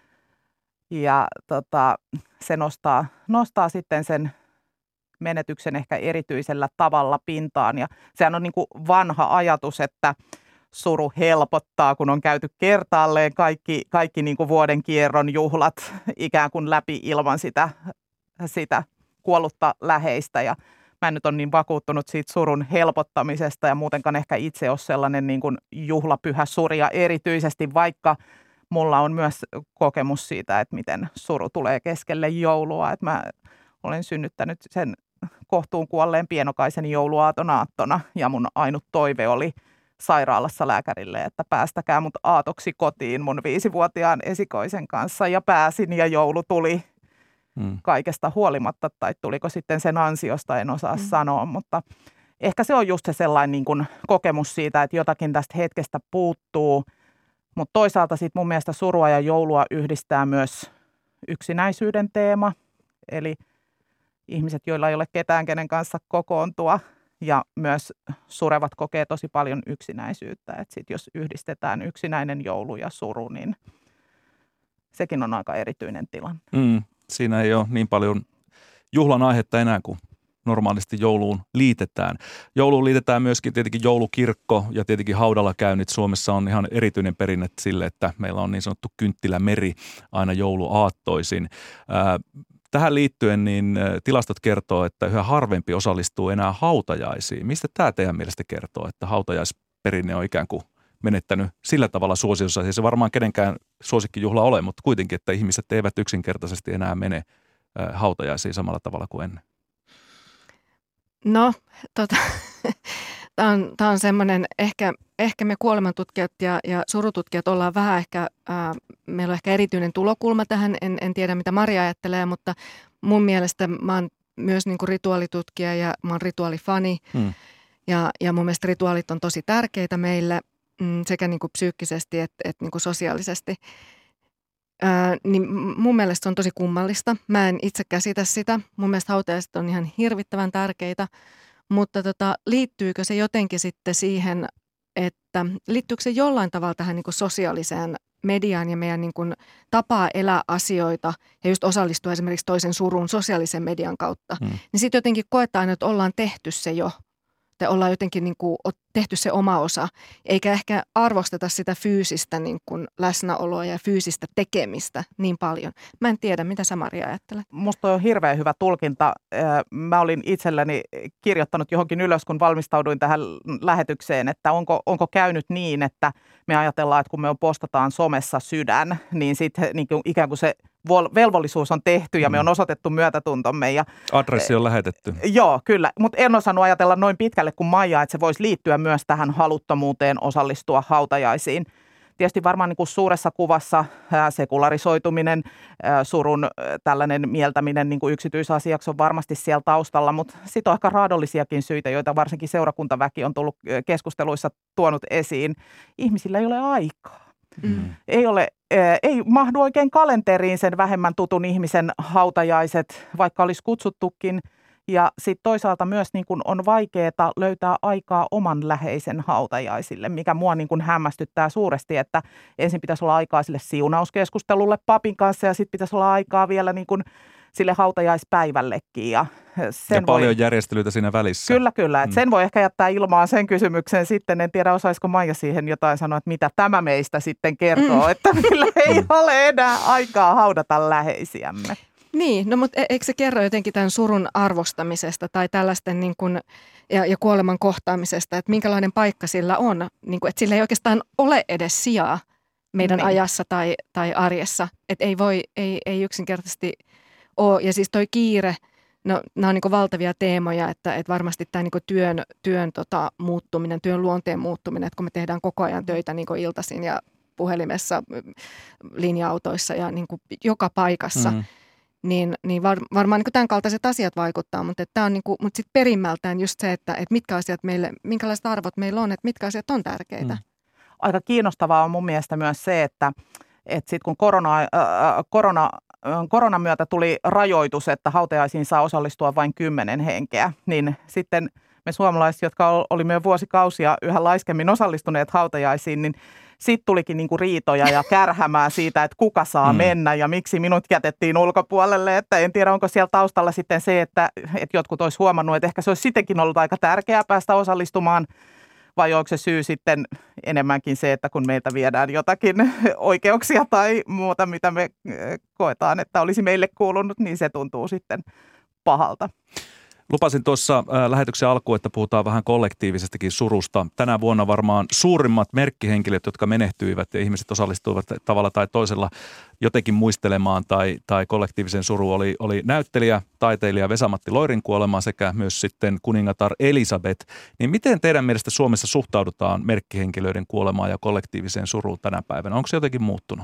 S4: Ja se nostaa sitten sen menetyksen ehkä erityisellä tavalla pintaan. Ja sehän on niin kuin vanha ajatus, että suru helpottaa, kun on käyty kertaalleen kaikki niin kuin vuoden kierron juhlat ikään kuin läpi ilman sitä kuollutta läheistä. Ja mä en nyt ole niin vakuuttunut siitä surun helpottamisesta ja muutenkaan ehkä itse ole sellainen niin kuin juhlapyhä surja erityisesti, vaikka mulla on myös kokemus siitä, että miten suru tulee keskelle joulua. Että mä olen synnyttänyt sen kohtuun kuolleen pienokaisen jouluaaton aattona ja mun ainut toive oli sairaalassa lääkärille, että päästäkää mut aatoksi kotiin mun 5-vuotiaan esikoisen kanssa ja pääsin ja joulu tuli kaikesta huolimatta tai tuliko sitten sen ansiosta, en osaa sanoa, mutta ehkä se on just se sellainen niin kuin kokemus siitä, että jotakin tästä hetkestä puuttuu, mutta toisaalta sitten mun mielestä surua ja joulua yhdistää myös yksinäisyyden teema, eli ihmiset, joilla ei ole ketään, kenen kanssa kokoontua. Ja myös surevat kokee tosi paljon yksinäisyyttä. Että sit jos yhdistetään yksinäinen joulu ja suru, niin sekin on aika erityinen tilanne.
S2: Siinä ei ole niin paljon juhlan aihetta enää kuin normaalisti jouluun liitetään. Jouluun liitetään myöskin tietenkin joulukirkko ja tietenkin haudalla käynnit. Suomessa on ihan erityinen perinne sille, että meillä on niin sanottu kynttilämeri aina jouluaattoisin. Tähän liittyen niin tilastot kertoo, että yhä harvempi osallistuu enää hautajaisiin. Mistä tämä teidän mielestä kertoo, että hautajaisperinne on ikään kuin menettänyt sillä tavalla suosiossa? Ei se varmaan kenenkään suosikkijuhla ole, mutta kuitenkin, että ihmiset eivät yksinkertaisesti enää mene hautajaisiin samalla tavalla kuin ennen.
S3: No, tämä on semmoinen, ehkä me kuolemantutkijat ja surututkijat ollaan vähän ehkä, meillä on ehkä erityinen tulokulma tähän, en tiedä mitä Maria ajattelee, mutta mun mielestä mä oon myös niin kuin rituaalitutkija ja mä oon rituaalifani ja mun mielestä rituaalit on tosi tärkeitä meille sekä niin kuin psyykkisesti että niin kuin sosiaalisesti. Niin mun mielestä se on tosi kummallista. Mä en itse käsitä sitä. Mun mielestä hautajaiset on ihan hirvittävän tärkeitä, mutta liittyykö se jotenkin sitten siihen, että liittyykö se jollain tavalla tähän niin kuin sosiaaliseen mediaan ja meidän niin kuin tapaa elää asioita ja just osallistua esimerkiksi toisen suruun sosiaalisen median kautta, niin sitten jotenkin koetaan, että ollaan tehty se jo. Tai ollaan jotenkin niin kuin tehty se oma osa, eikä ehkä arvosteta sitä fyysistä niin kuin läsnäoloa ja fyysistä tekemistä niin paljon. Mä en tiedä, mitä sä Maria ajattelet.
S4: Musta on hirveän hyvä tulkinta. Mä olin itselleni kirjoittanut johonkin ylös, kun valmistauduin tähän lähetykseen, että onko käynyt niin, että me ajatellaan, että kun me postataan somessa sydän, niin sitten niin ikään kuin se velvollisuus on tehty ja me on osoitettu myötätuntomme. Ja
S2: adressi on lähetetty.
S4: Joo, kyllä. Mutta en osannut ajatella noin pitkälle kuin Maija, että se voisi liittyä myös tähän haluttomuuteen osallistua hautajaisiin. Tietysti varmaan niin kuin suuressa kuvassa sekularisoituminen, surun tällainen mieltäminen niin kuin yksityisasiaksi on varmasti siellä taustalla, mutta sitten on ehkä raadollisiakin syitä, joita varsinkin seurakuntaväki on tullut keskusteluissa tuonut esiin. Ihmisillä ei ole aikaa. Ei mahdu oikein kalenteriin sen vähemmän tutun ihmisen hautajaiset, vaikka olisi kutsuttukin. Ja sitten toisaalta myös niin kun on vaikeaa löytää aikaa oman läheisen hautajaisille, mikä mua niin kun hämmästyttää suuresti, että ensin pitäisi olla aikaa sille siunauskeskustelulle papin kanssa ja sitten pitäisi olla aikaa vielä niin kun sille hautajaispäivällekin. Ja
S2: paljon järjestelyitä siinä välissä.
S4: Kyllä. Että sen voi ehkä jättää ilmaan sen kysymyksen sitten. En tiedä, osaisiko Maija siihen jotain sanoa, että mitä tämä meistä sitten kertoo, että meillä ei ole enää aikaa haudata läheisiämme.
S3: Niin, no mutta eikö se kerro jotenkin tämän surun arvostamisesta tai tällaisten niin kuin, ja kuoleman kohtaamisesta, että minkälainen paikka sillä on, niin kuin, että sillä ei oikeastaan ole edes sijaa meidän ajassa tai arjessa, että ei yksinkertaisesti ole, ja siis toi kiire, no nämä on niin kuin valtavia teemoja, että varmasti tämä niin kuin työn muuttuminen, työn luonteen muuttuminen, että kun me tehdään koko ajan töitä niin kuin iltaisin ja puhelimessa, linja-autoissa ja niin kuin joka paikassa, niin varmaan niin kuin tämän kaltaiset asiat vaikuttaa, mutta tämä on niin kuin, mutta sitten perimmältään just se, että mitkä asiat meille, minkälaiset arvot meillä on, että mitkä asiat on tärkeitä.
S4: Aika kiinnostavaa on mun mielestä myös se, että sitten kun koronan myötä tuli rajoitus, että hautajaisiin saa osallistua vain 10 henkeä, niin sitten me suomalaiset, jotka olimme jo vuosikausia yhä laiskemmin osallistuneet hautajaisiin, niin sitten tulikin niinku riitoja ja kärhämää siitä, että kuka saa mennä ja miksi minut jätettiin ulkopuolelle. Että en tiedä, onko siellä taustalla sitten se, että jotkut olisi huomannut, että ehkä se olisi sittenkin ollut aika tärkeää päästä osallistumaan. Vai onko se syy sitten enemmänkin se, että kun meiltä viedään jotakin oikeuksia tai muuta, mitä me koetaan, että olisi meille kuulunut, niin se tuntuu sitten pahalta.
S2: Lupasin tuossa lähetyksen alkuun, että puhutaan vähän kollektiivisestakin surusta. Tänä vuonna varmaan suurimmat merkkihenkilöt, jotka menehtyivät ja ihmiset osallistuivat tavalla tai toisella jotenkin muistelemaan tai kollektiivisen suru oli näyttelijä, taiteilija Vesa-Matti Loirin kuolema sekä myös sitten kuningatar Elisabeth. Niin miten teidän mielestä Suomessa suhtaudutaan merkkihenkilöiden kuolemaan ja kollektiiviseen suruun tänä päivänä? Onko se jotenkin muuttunut?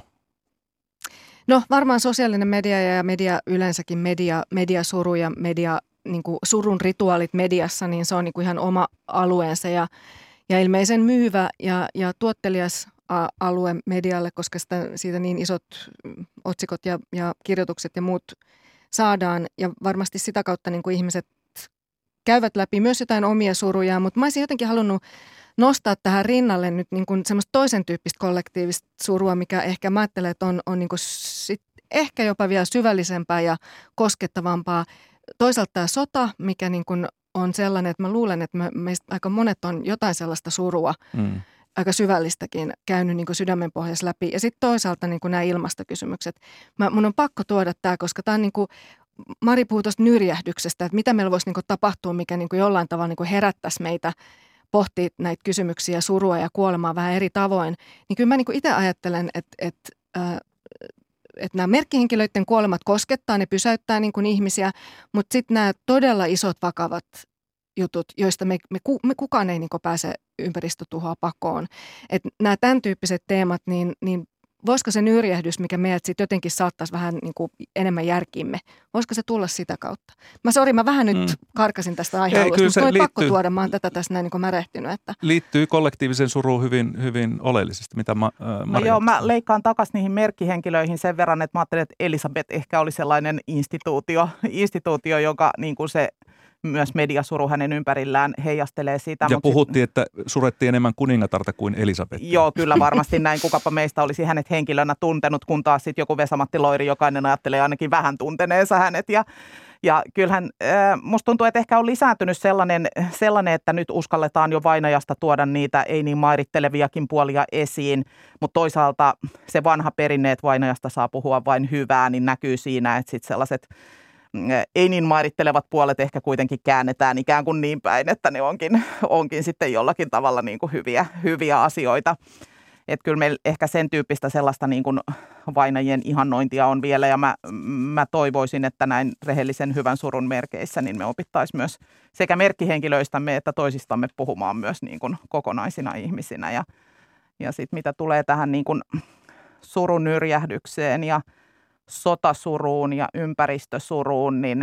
S3: No varmaan sosiaalinen media ja media yleensäkin mediasuru ja niin kuin surun rituaalit mediassa, niin se on niin kuin ihan oma alueensa ja ilmeisen myyvä ja tuottelias alue medialle, koska siitä niin isot otsikot ja kirjoitukset ja muut saadaan. Ja varmasti sitä kautta niin kuin ihmiset käyvät läpi myös jotain omia suruja, mutta mä olisin jotenkin halunnut nostaa tähän rinnalle nyt niin kuin semmoista toisen tyyppistä kollektiivista surua, mikä ehkä mä ajattelen, että on niin kuin ehkä jopa vielä syvällisempää ja koskettavampaa. Toisaalta tämä sota, mikä niin kuin on sellainen, että mä luulen, että meistä aika monet on jotain sellaista surua, aika syvällistäkin käynyt niin kuin sydämenpohjassa läpi. Ja sitten toisaalta niin kuin nämä ilmastokysymykset. Mun on pakko tuoda tämä, koska tämä on niin kuin, Mari puhui tuosta nyrjähdyksestä, että mitä meillä voisi niin kuin tapahtua, mikä niin kuin jollain tavalla niin kuin herättäisi meitä pohtia näitä kysymyksiä, surua ja kuolemaa vähän eri tavoin. Niin kyllä mä niin kuin itse ajattelen, että nämä merkkihenkilöiden kuolemat koskettaa, ne pysäyttää niin kuin ihmisiä, mutta sitten nämä todella isot vakavat jutut, joista me kukaan ei niin kuin pääse ympäristötuhoa pakoon. Että nämä tämän tyyppiset teemat, niin voisiko se nyrjähdys, mikä meidät sitten jotenkin saattaisi vähän niin kuin enemmän järkiimme, voisiko se tulla sitä kautta? Mä vähän nyt karkasin tästä aihealueesta, mutta oli pakko tuoda, mä oon tätä tässä näin niin kuin märehtynyt. Että
S2: liittyy kollektiivisen suruun hyvin, hyvin oleellisesti, mitä Maria
S4: mä leikkaan takaisin niihin merkkihenkilöihin sen verran, että mä ajattelin, että Elisabeth ehkä oli sellainen instituutio joka niin kuin se myös mediasuru hänen ympärillään heijastelee sitä.
S2: Ja puhuttiin, että surettiin enemmän kuningatarta kuin Elisabetia.
S4: Joo, kyllä varmasti näin. Kukapa meistä olisi hänet henkilönä tuntenut, kun taas sitten joku Vesa-Matti Loiri, jokainen ajattelee ainakin vähän tunteneensa hänet. Ja kyllähän musta tuntuu, että ehkä on lisääntynyt sellainen, että nyt uskalletaan jo vainajasta tuoda niitä ei niin mairitteleviakin puolia esiin, mutta toisaalta se vanha perinne, että vainajasta saa puhua vain hyvää, niin näkyy siinä, että sitten sellaiset ei niin mairittelevat puolet ehkä kuitenkin käännetään ikään kuin niin päin, että ne onkin sitten jollakin tavalla niin kuin hyviä asioita. Että kyllä meillä ehkä sen tyyppistä sellaista niin kuin vainajien ihannointia on vielä, ja mä toivoisin, että näin rehellisen hyvän surun merkeissä niin me opittaisiin myös sekä merkkihenkilöistämme että toisistamme puhumaan myös niin kuin kokonaisina ihmisinä. Ja sitten mitä tulee tähän niin kuin surun nyrjähdykseen ja sotasuruun ja ympäristösuruun, niin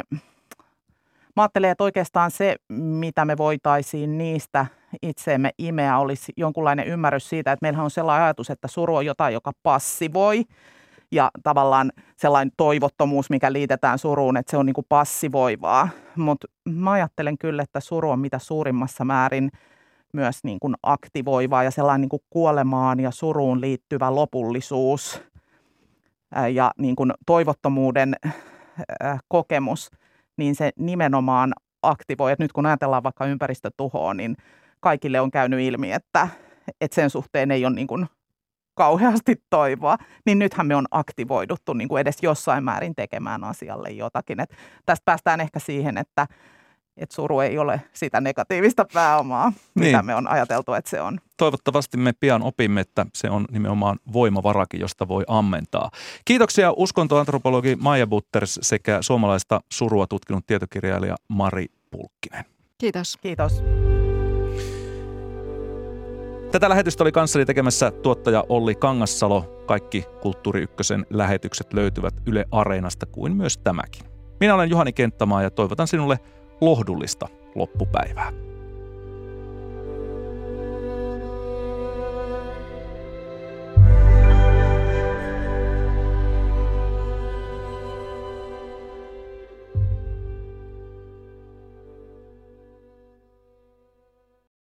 S4: mä ajattelen, että oikeastaan se, mitä me voitaisiin niistä itseemme imeä, olisi jonkunlainen ymmärrys siitä, että meillähän on sellainen ajatus, että suru on jotain, joka passivoi. Ja tavallaan sellainen toivottomuus, mikä liitetään suruun, että se on niin kuin passivoivaa. Mutta mä ajattelen kyllä, että suru on mitä suurimmassa määrin myös niin kuin aktivoivaa ja sellainen niin kuin kuolemaan ja suruun liittyvä lopullisuus ja niin kuin toivottomuuden kokemus, niin se nimenomaan aktivoi. Et nyt kun ajatellaan vaikka ympäristötuhoa, niin kaikille on käynyt ilmi, että sen suhteen ei ole niin kuin kauheasti toivoa, niin nythän me on aktivoiduttu niin kuin edes jossain määrin tekemään asialle jotakin. Et tästä päästään ehkä siihen, että suru ei ole sitä negatiivista pääomaa, mitä me on ajateltu, että se on.
S2: Toivottavasti me pian opimme, että se on nimenomaan voimavarakin, josta voi ammentaa. Kiitoksia uskontoantropologi Maija Butters sekä suomalaista surua tutkinut tietokirjailija Mari Pulkkinen.
S3: Kiitos.
S4: Kiitos.
S2: Tätä lähetystä oli kanssani tekemässä tuottaja Olli Kangassalo. Kaikki Kulttuuri Ykkösen lähetykset löytyvät Yle Areenasta kuin myös tämäkin. Minä olen Juhani Kenttämaa ja toivotan sinulle lohdullista loppupäivää.